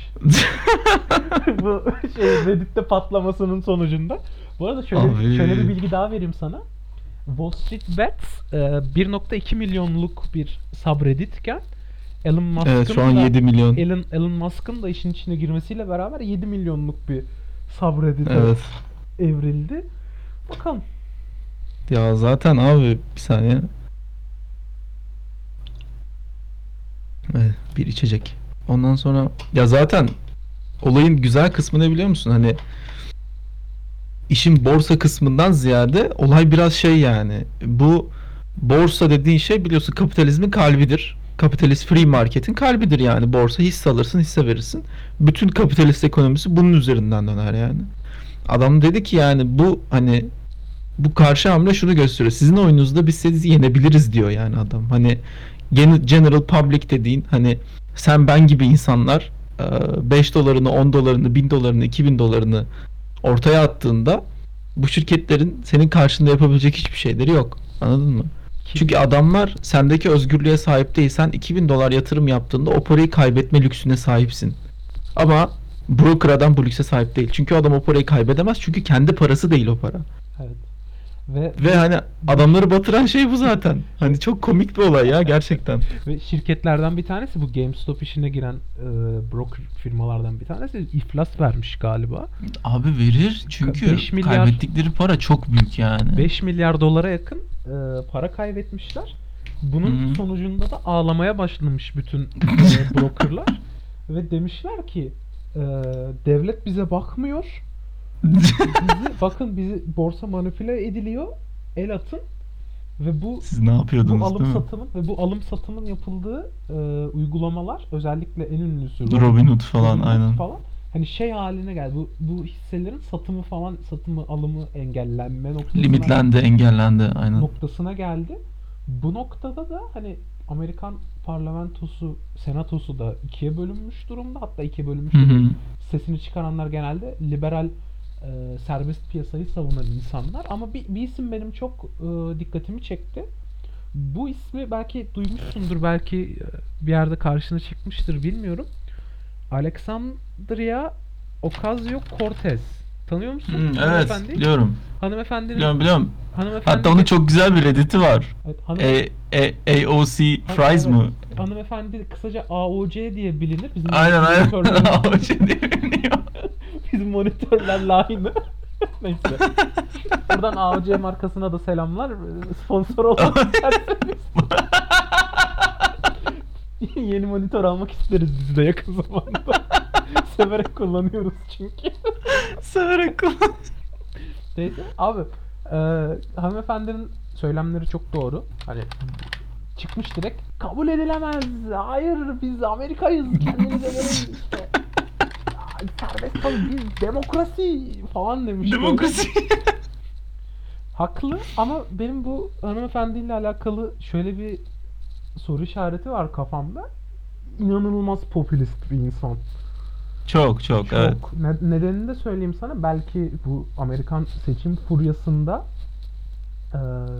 Bu şey Reddit'te patlamasının sonucunda. Bu arada şöyle bir Abi. bilgi daha vereyim sana. Wall Street Bets 1.2 milyonluk bir subredditken Elon Evet, şu an Musk'ın da 7 milyon. Elon Musk'ın da işin içine girmesiyle beraber 7 milyonluk bir subreddit'e Evet. evrildi. Bakalım. Ya zaten abi, bir saniye. Evet, bir içecek. Ondan sonra ya zaten olayın güzel kısmı ne biliyor musun? Hani işin borsa kısmından ziyade olay biraz şey yani. Bu borsa dediğin şey biliyorsun kapitalizmin kalbidir. Kapitalist free marketin kalbidir yani. Borsa, hisse alırsın, hisse verirsin. Bütün kapitalist ekonomisi bunun üzerinden döner yani. Adam dedi ki yani bu hani bu karşı hamle şunu gösteriyor: sizin oyununuzda biz sizi yenebiliriz diyor yani adam. Hani general public dediğin, hani sen ben gibi insanlar 5 dolarını, 10 dolarını, 1000 dolarını, 2000 dolarını ortaya attığında bu şirketlerin senin karşında yapabilecek hiçbir şeyleri yok. Anladın mı? Ki Çünkü adamlar sendeki özgürlüğe sahip değil. Sen 2000 dolar yatırım yaptığında o parayı kaybetme lüksüne sahipsin. Ama broker adam bu lükse sahip değil. Çünkü adam o parayı kaybedemez. Çünkü kendi parası değil o para. evet. Ve hani adamları batıran şey bu zaten. Hani çok komik bir olay ya gerçekten. ve şirketlerden bir tanesi, bu GameStop işine giren broker firmalardan bir tanesi iflas vermiş galiba. Abi verir çünkü 5 milyar kaybettikleri para çok büyük yani. 5 milyar dolara yakın para kaybetmişler. Bunun Hı-hı. sonucunda da ağlamaya başlamış bütün brokerlar ve demişler ki devlet bize bakmıyor. Bizi borsa manipüle ediliyor. El atın ve Siz ne bu yapıyordunuz alım değil mi? satımın yapıldığı uygulamalar, özellikle en ünlüsü Robinhood falan Robinhood aynen. falan, hani şey haline geldi. Bu hisselerin satımı alımı engellenme Limitlendi, engellendi aynen. noktasına geldi. Bu noktada da hani Amerikan parlamentosu, senatosu da ikiye bölünmüş durumda. Hatta ikiye bölünmüş Hı de hı. değil. Sesini çıkaranlar genelde liberal, serbest piyasayı savunan insanlar. Ama bir isim benim çok dikkatimi çekti. Bu ismi belki duymuşsundur, belki bir yerde karşına çıkmıştır, bilmiyorum. Alexandria Ocasio-Cortez. Tanıyor musun Evet hanımefendi? biliyorum. Hanımefendinin Biliyorum. Hatta onun hanımefendi çok güzel bir Reddit'i var. evet, AOC Fries evet, mı? hanımefendi kısaca AOC diye bilinir. Bizim Aynen aynen. monitörlerimiz O şey diye biliniyor. bizim monitörlerle aynı. Neyse. Buradan AOC markasına da selamlar. Sponsor olmak isterseniz yeni monitör almak isteriz biz de yakın zamanda. Severek kullanıyoruz çünkü. Severek kullan. Neyse abi, e, hanımefendinin söylemleri çok doğru. Hani çıkmış direkt, kabul edilemez. Hayır, biz Amerika'yız. Kendinize gelin işte. Serbest kalın, biz demokrasi falan demiş. böyle. Demokrasi. Haklı, ama benim bu hanımefendiyle alakalı şöyle bir soru işareti var kafamda. İnanılmaz popülist bir insan. Çok çok evet. Çok. Nedenini de söyleyeyim sana. Belki bu Amerikan seçim furyasında eee,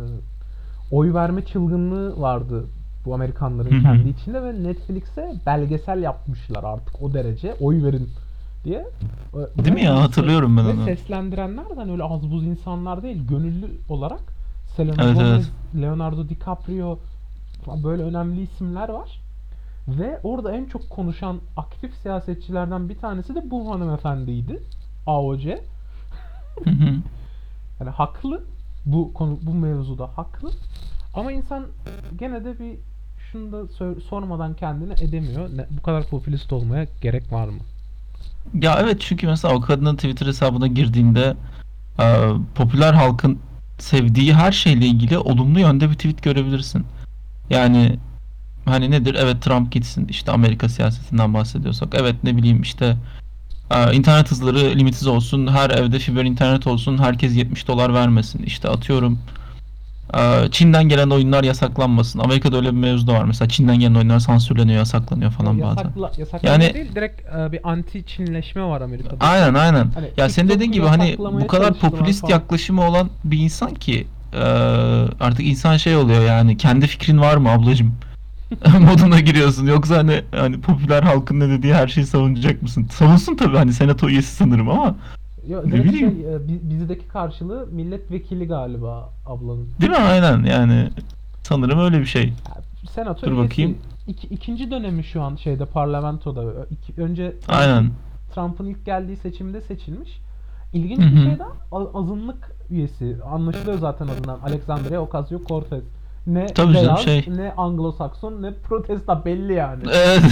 oy verme çılgınlığı vardı bu Amerikanların Hı hı. kendi içinde ve Netflix'e belgesel yapmışlar artık o derece. Oy verin diye. Değil mi ya? Hatırlıyorum ben Ve onu. seslendirenler de hani öyle az buz insanlar değil. Gönüllü olarak Selena Evet Gomez, evet. Leonardo DiCaprio falan, böyle önemli isimler var. Ve orada en çok konuşan aktif siyasetçilerden bir tanesi de bu hanımefendiydi. AOC. Hı hı. Yani haklı. Bu mevzuda haklı. Ama insan gene de bir şunu da sormadan kendine edemiyor. Bu kadar popülist olmaya gerek var mı? Ya evet çünkü mesela o kadının Twitter hesabına girdiğimde popüler halkın sevdiği her şeyle ilgili olumlu yönde bir tweet görebilirsin. Yani hani nedir? Evet Trump gitsin işte Amerika siyasetinden bahsediyorsak. Evet ne bileyim işte internet hızları limitsiz olsun. Her evde fiber internet olsun. Herkes $70 vermesin. İşte atıyorum Çin'den gelen oyunlar yasaklanmasın. Amerika'da öyle bir mevzu da var. Mesela Çin'den gelen oyunlar sansürleniyor, yasaklanıyor O falan bazen. yasaklama Yani değil, direkt bir anti Çinleşme var Amerika'da. aynen aynen. Hani Ya senin dediğin TikTok'u gibi hani yasaklamaya bu kadar çalıştılar popülist falan. yaklaşımı olan bir insan ki artık insan şey oluyor yani kendi fikrin var mı ablacım moduna giriyorsun. Yoksa hani popüler halkın ne dediği her şeyi savunacak mısın? Savunsun tabii hani senato üyesi sanırım ama Yo, ne direkt bileyim. bizdeki karşılığı milletvekili galiba ablanın. Değil mi? Aynen yani sanırım öyle bir şey. Senato Dur üyesi. bakayım. İkinci dönemi şu an şeyde, parlamentoda. Önce Aynen. Trump'ın ilk geldiği seçimde seçilmiş. Hı İlginç bir hı. şey de azınlık üyesi. Anlaşılıyor zaten adından. Alexandria Ocasio-Cortez. Ne Tabii canım beyaz, şey. ne Anglo-Sakson, ne protesta, belli yani. Evet.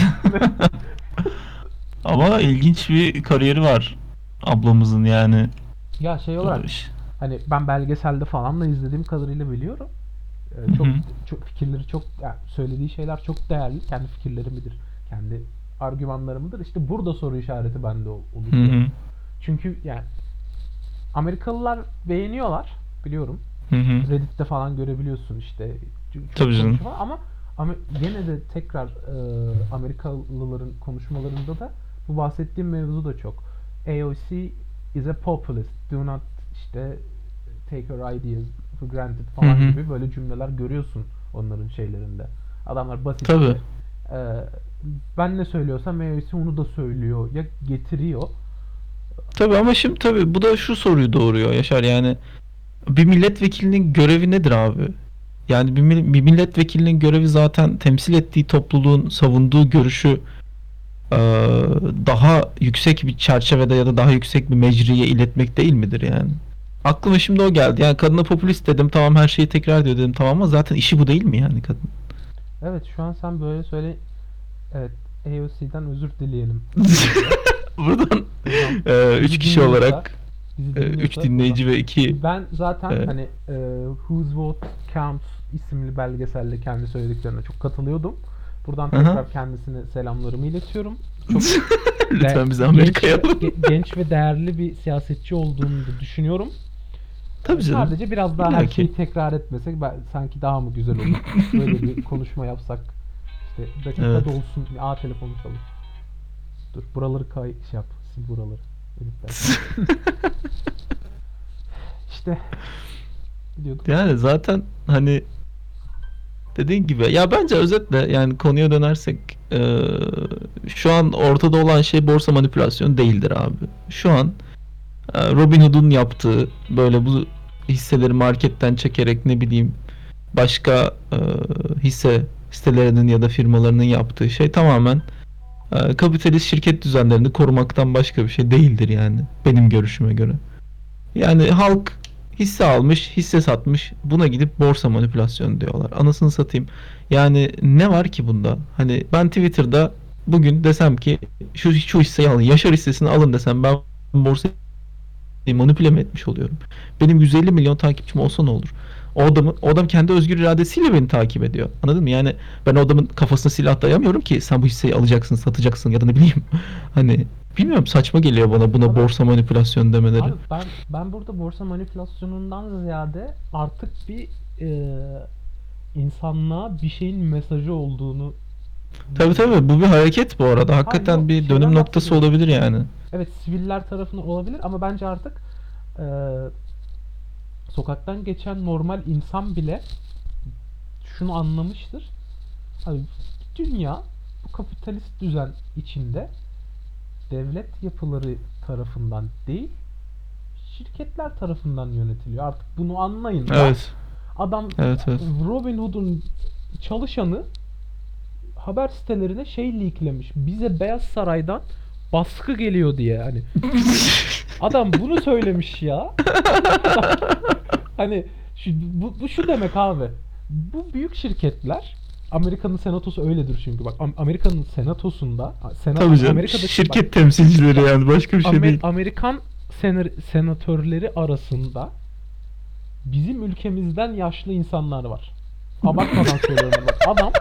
Ama ilginç bir kariyeri var ablamızın yani. Ya şey olarak, hani ben belgeselde falan da izlediğim kadarıyla biliyorum. Hı Çok hı. çok fikirleri çok, yani söylediği şeyler çok değerli. Kendi fikirleri midir? Kendi argümanları mıdır? İşte burada soru işareti bende Hı oluşuyor. hı. Çünkü yani Amerikalılar beğeniyorlar, biliyorum. Hı hı. Reddit'te falan görebiliyorsun işte, çok Tabii canım. konuşma ama gene de tekrar Amerikalıların konuşmalarında da bu bahsettiğim mevzu da çok. AOC is a populist. Do not işte take her ideas for granted Hı falan hı. gibi böyle cümleler görüyorsun onların şeylerinde. Adamlar basitçe Tabii. e, ben ne söylüyorsam AOC onu da söylüyor ya getiriyor. Tabii ama şimdi tabii bu da şu soruyu doğuruyor Yaşar yani Bir milletvekilinin görevi nedir abi? Yani bir milletvekilinin görevi zaten temsil ettiği topluluğun savunduğu görüşü eee, daha yüksek bir çerçevede ya da daha yüksek bir mecriye iletmek değil midir yani? Aklıma şimdi o geldi. Yani kadına popülist dedim, tamam, her şeyi tekrar diyor dedim, tamam, ama zaten işi bu değil mi yani kadın? Evet, şu an sen böyle söyle. Evet, AOC'den özür dileyelim öncelikle. Buradan Buradan üç bizi kişi dinliyorsa, olarak bizi 3 dinliyorsa buradan. dinleyici ve 2 Ben zaten hani Whose Vote Counts isimli belgeselde kendi söylediklerine çok katılıyordum. Buradan Aha. tekrar kendisine selamlarımı iletiyorum. Çok Lütfen bizi genç Amerika'ya ve alın. genç ve değerli bir siyasetçi olduğunu da düşünüyorum. Tabii canım. Sadece biraz daha İlla her ki. şeyi tekrar etmesek sanki daha mı güzel olur? Böyle bir konuşma yapsak. İşte dakika Evet. dolsun. Telefonu çalıyor. Dur, buraları şey yap. Sil buraları. Editler. İşte biliyorduk. Yani zaten hani dediğin gibi, ya bence özetle, yani konuya dönersek, şu an ortada olan şey borsa manipülasyonu değildir abi. Şu an Robinhood'un yaptığı, böyle bu hisseleri marketten çekerek, ne bileyim, başka hisse sitelerinin ya da firmalarının yaptığı şey tamamen kapitalist şirket düzenlerini korumaktan başka bir şey değildir yani, benim görüşüme göre. Yani halk hisse almış, hisse satmış. Buna gidip borsa manipülasyonu diyorlar. Anasını satayım. Yani ne var ki bunda? Hani ben Twitter'da bugün desem ki şu hisseyi alın, Yaşar hissesini alın desem, ben borsayı manipüle mi etmiş oluyorum? Benim 150 milyon takipçim olsa ne olur? O adam kendi özgür iradesiyle beni takip ediyor. Anladın mı? Yani ben o adamın kafasına silah dayamıyorum ki sen bu hisseyi alacaksın, satacaksın ya da ne bileyim. Hani bilmiyorum, saçma geliyor buna Abi, borsa manipülasyon demeleri. abi, ben burada borsa manipülasyonundan ziyade artık bir insanlığa bir şeyin mesajı olduğunu Tabii tabii, bu bir hareket bu arada. Yok, Hakikaten bir şeyden dönüm noktası bahsediyorum. olabilir yani. Evet, siviller tarafından olabilir ama bence artık e, sokaktan geçen normal insan bile şunu anlamıştır. Abi, dünya bu kapitalist düzen içinde devlet yapıları tarafından değil, şirketler tarafından yönetiliyor. Artık bunu anlayın da Evet. adam Evet evet. Robin Hood'un çalışanı haber sitelerine şey leaklemiş. Bize Beyaz Saray'dan baskı geliyor diye hani. Adam bunu söylemiş ya. Hani bu şu demek abi. Bu büyük şirketler, Amerika'nın senatosu öyledir çünkü bak, Amerika'nın senatosunda Tabii canım. Amerika'daki Şirket temsilcileri, yani başka bir şey değil. Amerikan senatörleri arasında bizim ülkemizden yaşlı insanlar var. Abartmadan söylüyorum bak. Adam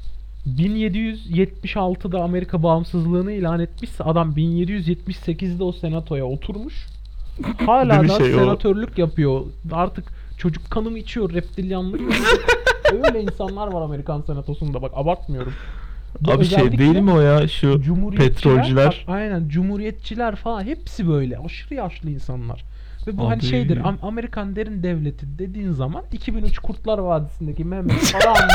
1776'da Amerika bağımsızlığını ilan etmişse adam 1778'de o senatoya oturmuş. Değil Hala mi da şey o? senatörlük yapıyor. Artık çocuk kanımı içiyor, reptilyanlık. Öyle insanlar var Amerikan senatosunda, bak abartmıyorum. Ve Abi şey özellikle değil mi o ya, şu petrolcüler? aynen cumhuriyetçiler falan hepsi böyle aşırı yaşlı insanlar. Ve bu hani Abi şeydir, Amerikan derin devleti dediğin zaman 2003 Kurtlar Vadisi'ndeki Mehmet Karahanlı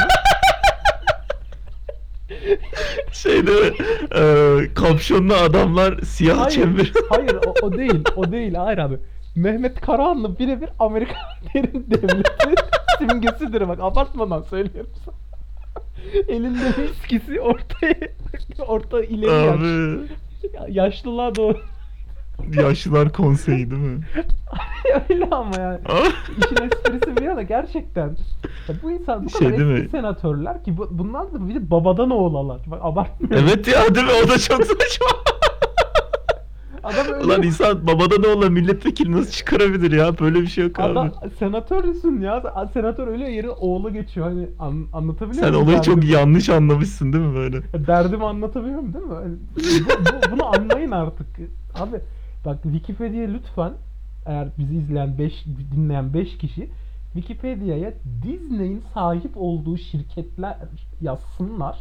şeyde kapşonlu adamlar, siyah çember. hayır, o değil. O değil. Hayır abi. Mehmet Karahanlı birebir Amerikan derin devleti simgesidir, bak abartmadan söylüyorum sana. Elinde viskisi, orta ileri yaş. Abi Yaşlılığa doğru. yaşlılar konseyi değil mi? Öyle ama yani. İşin esprisi bir yana gerçekten. Ya bu insan bu Şey kadar değil eski mi? senatörler ki bunlar da bir de babadan oğlalar. Bak abartmıyorum. Evet ya, değil mi? O da çok saçma. Adam öyle Ulan insan babadan oğla milletvekili nasıl çıkarabilir ya? Böyle bir şey yok abi. adam senatörsün ya. Senatör öyle yeri oğlu geçiyor. Hani anlatabiliyor Sen muyum olayı çok derdimi? yanlış anlamışsın değil mi böyle? Derdimi anlatabiliyorum değil mi? Hani bunu anlayın artık. Abi bak, Wikipedia lütfen, eğer bizi izleyen dinleyen 5 kişi Wikipedia'ya Disney'in sahip olduğu şirketler yazsınlar.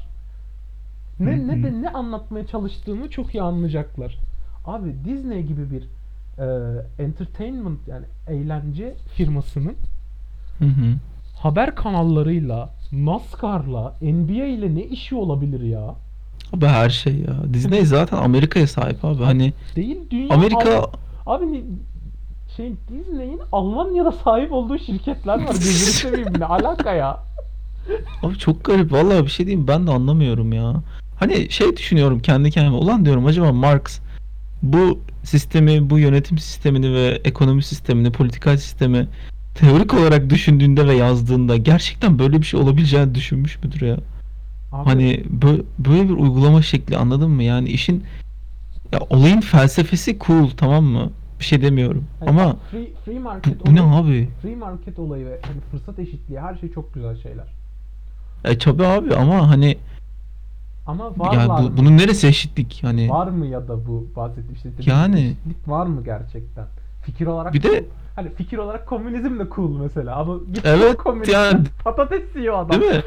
Ne anlatmaya çalıştığımı çok iyi anlayacaklar. Abi Disney gibi bir entertainment, yani eğlence firmasının Hı hı. haber kanallarıyla, NASCAR'la, NBA ile ne işi olabilir ya? Abi her şey ya. Disney zaten Amerika'ya sahip abi. Hani Değil dünya Amerika abi Disney'in Almanya'da sahip olduğu şirketler var. Gözünü seveyim, ne alaka ya? Abi çok garip. Vallahi bir şey diyeyim, ben de anlamıyorum ya. Hani şey düşünüyorum kendi kendime. Ulan diyorum, acaba Marx bu sistemi, bu yönetim sistemini ve ekonomi sistemini, politikal sistemi teorik olarak düşündüğünde ve yazdığında gerçekten böyle bir şey olabileceğini düşünmüş müdür ya? Abi Hani böyle bir uygulama şekli, anladın mı? Yani işin, ya olayın felsefesi cool, tamam mı? Bir şey demiyorum. hani Ama free market bu ne olayı, abi? free market olayı ve hani fırsat eşitliği, her şey çok güzel şeyler. Tabii abi, ama hani Ama yani varlar mı? bunun neresi eşitlik hani? Var mı ya da bu bahsettiğim işte dediğim gibi Yani eşitlik var mı gerçekten? Fikir olarak bir cool. de Hani fikir olarak komünizm de cool mesela ama git evet komünistten yani, patates yiyor adam. değil mi?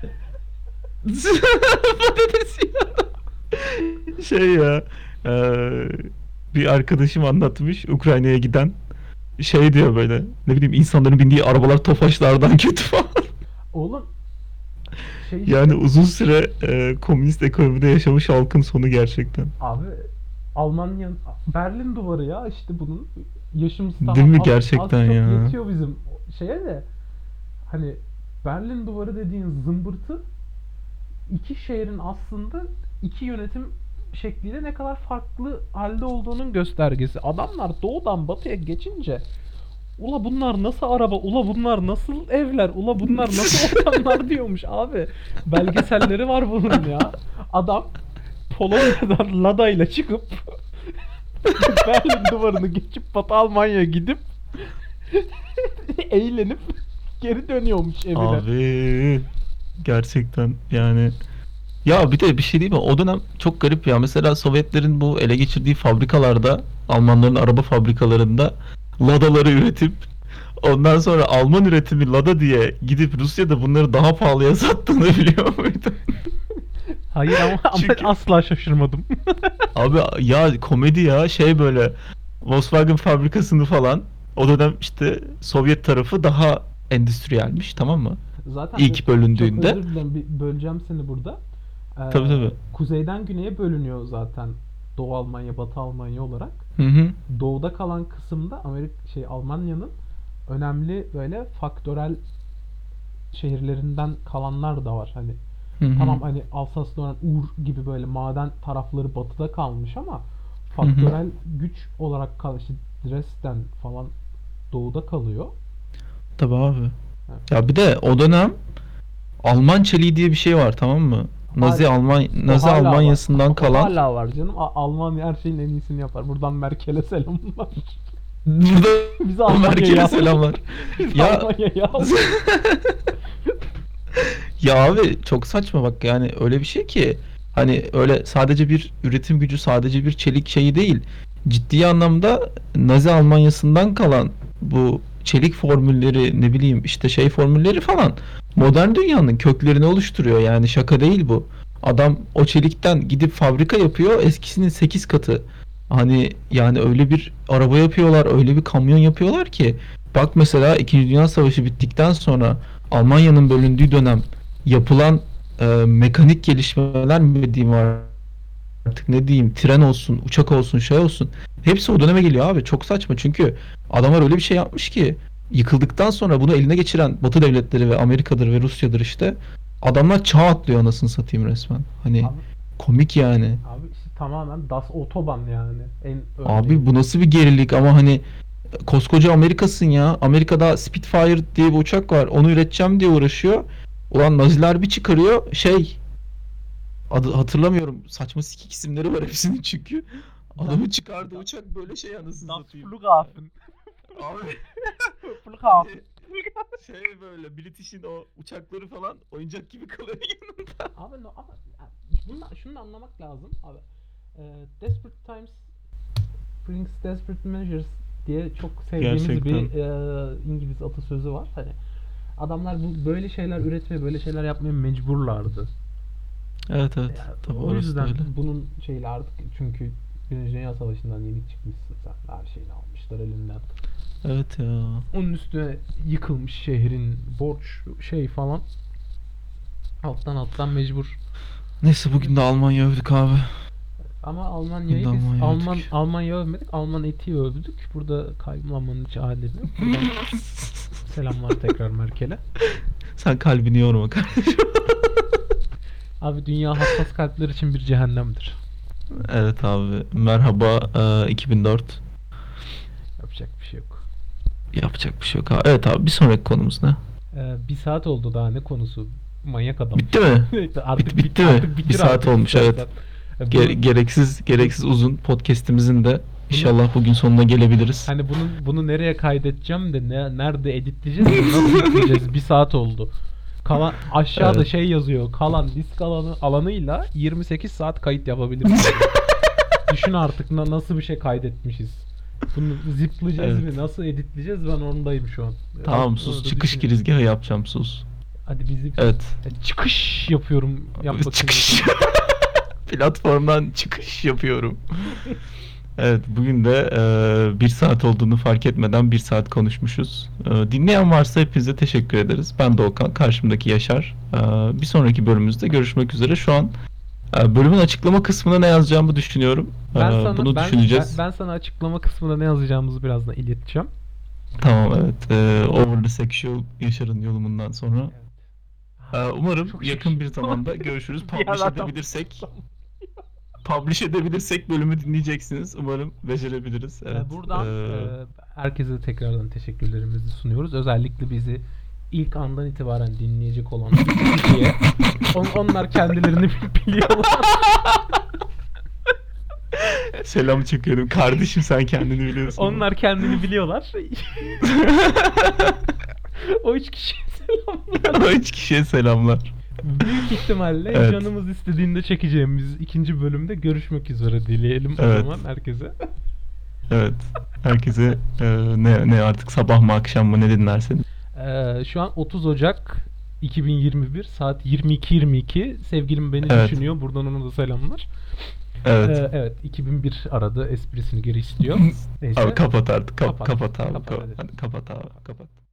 Patates ya. Şey ya, eee, bir arkadaşım anlatmış, Ukrayna'ya giden, şey diyor böyle, ne bileyim, insanların bindiği arabalar Tofaşlardan kötü falan. Oğlum şey Yani işte uzun süre komünist ekonomide yaşamış halkın sonu gerçekten. abi Almanya Berlin Duvarı ya işte bunun yaşımız Değil tamam mi az gerçekten çok ya? yetiyor bizim şeye de hani Berlin Duvarı dediğin zımbırtı iki şehrin aslında iki yönetim şekliyle ne kadar farklı halde olduğunun göstergesi. Adamlar doğudan batıya geçince ula bunlar nasıl araba, ula bunlar nasıl evler, ula bunlar nasıl ortamlar diyormuş abi. Belgeselleri var bunun ya. Adam Polonya'dan Lada ile çıkıp Berlin duvarını geçip Batı Almanya'ya gidip eğlenip geri dönüyormuş evine. Abi gerçekten yani, ya bir de bir şey değil mi? O dönem çok garip ya. Mesela Sovyetlerin bu ele geçirdiği fabrikalarda, Almanların araba fabrikalarında Lada'ları üretip ondan sonra Alman üretimi Lada diye gidip Rusya'da bunları daha pahalıya sattığını biliyor muydun? Hayır ama ben Çünkü asla şaşırmadım. abi ya, komedi ya, şey böyle, Volkswagen fabrikasını falan, o dönem işte Sovyet tarafı daha endüstriyelmiş, tamam mı? Zaten İlk çok bölündüğünde. özür dilerim böleceğim seni burada. Tabii tabii. Kuzeyden güneye bölünüyor zaten Doğu Almanya, Batı Almanya olarak. Hı hı. Doğuda kalan kısımda Almanya'nın önemli böyle faktörel şehirlerinden kalanlar da var. Hani Hı hı. tamam hani Alsace-Lorraine, gibi böyle maden tarafları batıda kalmış ama Hı hı. faktörel güç olarak işte Dresden falan doğuda kalıyor. Tabii abi. Yani Ya bir de o dönem Alman çeliği diye bir şey var, tamam mı? hala, o Nazi hala var. Almanya'sından O kalan. hala var canım. Almanya her şeyin en iyisini yapar. Buradan Merkel'e selamlar. Burada Bizi Almanya'ya Merkel'e al. selamlar. Bizi Ya Almanya'ya al. ya abi çok saçma bak, yani öyle bir şey ki, hani öyle sadece bir üretim gücü, sadece bir çelik şeyi değil. Ciddi anlamda Nazi Almanya'sından kalan bu çelik formülleri, ne bileyim işte şey formülleri falan modern dünyanın köklerini oluşturuyor, yani şaka değil bu. Adam o çelikten gidip fabrika yapıyor, eskisinin 8 katı. Hani yani öyle bir araba yapıyorlar, öyle bir kamyon yapıyorlar ki, bak mesela 2. Dünya Savaşı bittikten sonra Almanya'nın bölündüğü dönem yapılan mekanik gelişmeler mi diyeyim, artık ne diyeyim, tren olsun, uçak olsun, şey olsun, hepsi o döneme geliyor abi. Çok saçma, çünkü adamlar öyle bir şey yapmış ki, yıkıldıktan sonra bunu eline geçiren Batı devletleri ve Amerika'dır ve Rusya'dır işte, adamlar çağ atlıyor anasını satayım resmen. Hani Abi, komik yani. abi işte tamamen Das Autobahn yani en örneği. Abi bu nasıl bir gerilik, ama hani koskoca Amerika'sın ya. Amerika'da Spitfire diye bir uçak var. Onu üreteceğim diye uğraşıyor. Ulan Naziler bir çıkarıyor. Şey, adı hatırlamıyorum. Saçma sikik isimleri var hepsinin çünkü. Adamın çıkardığı uçak böyle şey, anasını Das satayım. Flughafen. Abi Flughafen. hani şey böyle, British'in o uçakları falan oyuncak gibi kalıyor yanında. Abi no, ama şunu da anlamak lazım abi. Desperate times brings desperate measures diye çok sevdiğimiz Gerçekten. bir İngiliz atasözü var. Hani adamlar böyle şeyler üretmeye, böyle şeyler yapmaya mecburlardı. Evet evet. Yani Tabii o orası da yüzden öyle. bunun şeyle artık çünkü Birinci Dünya Savaşı'ndan yeni çıkmışsın sen. Her şeyini almışlar elinden. Evet ya. Onun üstüne yıkılmış şehrin borç şey falan. Alttan alttan mecbur. Neyse, bugün de Almanya övdük abi. Ama Almanya'yı biz Almanya övdük. Almanya övmedik. Alman etiği övdük. Burada kaygılanmanın hiç alemi yok. Buradan selamlar tekrar Merkel'e. Sen kalbini yorma kardeşim. Abi dünya hassas kalpler için bir cehennemdir. Evet abi. Merhaba 2004. Yapacak bir şey yok. Yapacak bir şey yok abi. Evet abi, bir sonraki konumuz ne? Bir saat oldu daha, ne konusu? Manyak adam. Bitti mi? Artık Bitti mi? artık Bir bitir saat artık olmuş, istersen. evet. Bunu- Gereksiz uzun podcast'imizin de inşallah bugün sonuna gelebiliriz. Hani bunu nereye kaydedeceğim de nerede editleyeceğiz de nasıl editleyeceğiz? Bir saat oldu. Kalan aşağıda Evet. şey yazıyor. Kalan disk alanıyla 28 saat kayıt yapabiliriz. Düşün artık nasıl bir şey kaydetmişiz. Bunu ziplayacağız Evet. mi? Nasıl editleyeceğiz? Ben ondayım şu an. Tamam Orada sus, çıkış düşünüyorum. girizgahı yapacağım, sus. Hadi bizi Evet. çıkış yapıyorum. Yap bakayım. Çıkış. Platformdan çıkış yapıyorum. Evet, bugün de 1 saat olduğunu fark etmeden 1 saat konuşmuşuz. Dinleyen varsa hepinize teşekkür ederiz. Ben Doğukan, karşımdaki Yaşar. Bir sonraki bölümümüzde görüşmek üzere. Şu an bölümün açıklama kısmına ne yazacağımı düşünüyorum. Bunu düşüneceğiz. Ben sana açıklama kısmında ne yazacağımızı birazdan ileteceğim. Tamam, evet. Over the Sexual Yaşar'ın yorumundan sonra. Umarım Çok yakın şaşırdım. bir zamanda görüşürüz. Bir Publish ara tam- edebilirsek bölümü dinleyeceksiniz. Umarım becerebiliriz. Evet. Buradan herkese tekrardan teşekkürlerimizi sunuyoruz. Özellikle bizi ilk andan itibaren dinleyecek olan kişiye. Onlar kendilerini biliyorlar. Selam çekiyorum. Kardeşim, sen kendini biliyorsun. Onlar kendini biliyorlar. O üç kişiye selamlar. O 3 kişiye selamlar. Büyük ihtimalle Evet. canımız istediğinde çekeceğimiz ikinci bölümde görüşmek üzere dileyelim Evet. o zaman herkese. Evet. Herkese ne artık, sabah mı akşam mı, ne dinlerseniz. Şu an 30 Ocak 2021 saat 22:22. Sevgilim beni Evet. düşünüyor. Buradan ona da selamlar. Evet. Evet, 2001 aradı, esprisini geri istiyor. Neyse. Abi kapat artık. Kapat. Kapat abi. Kapat, hadi. Hadi kapat abi. Kapat.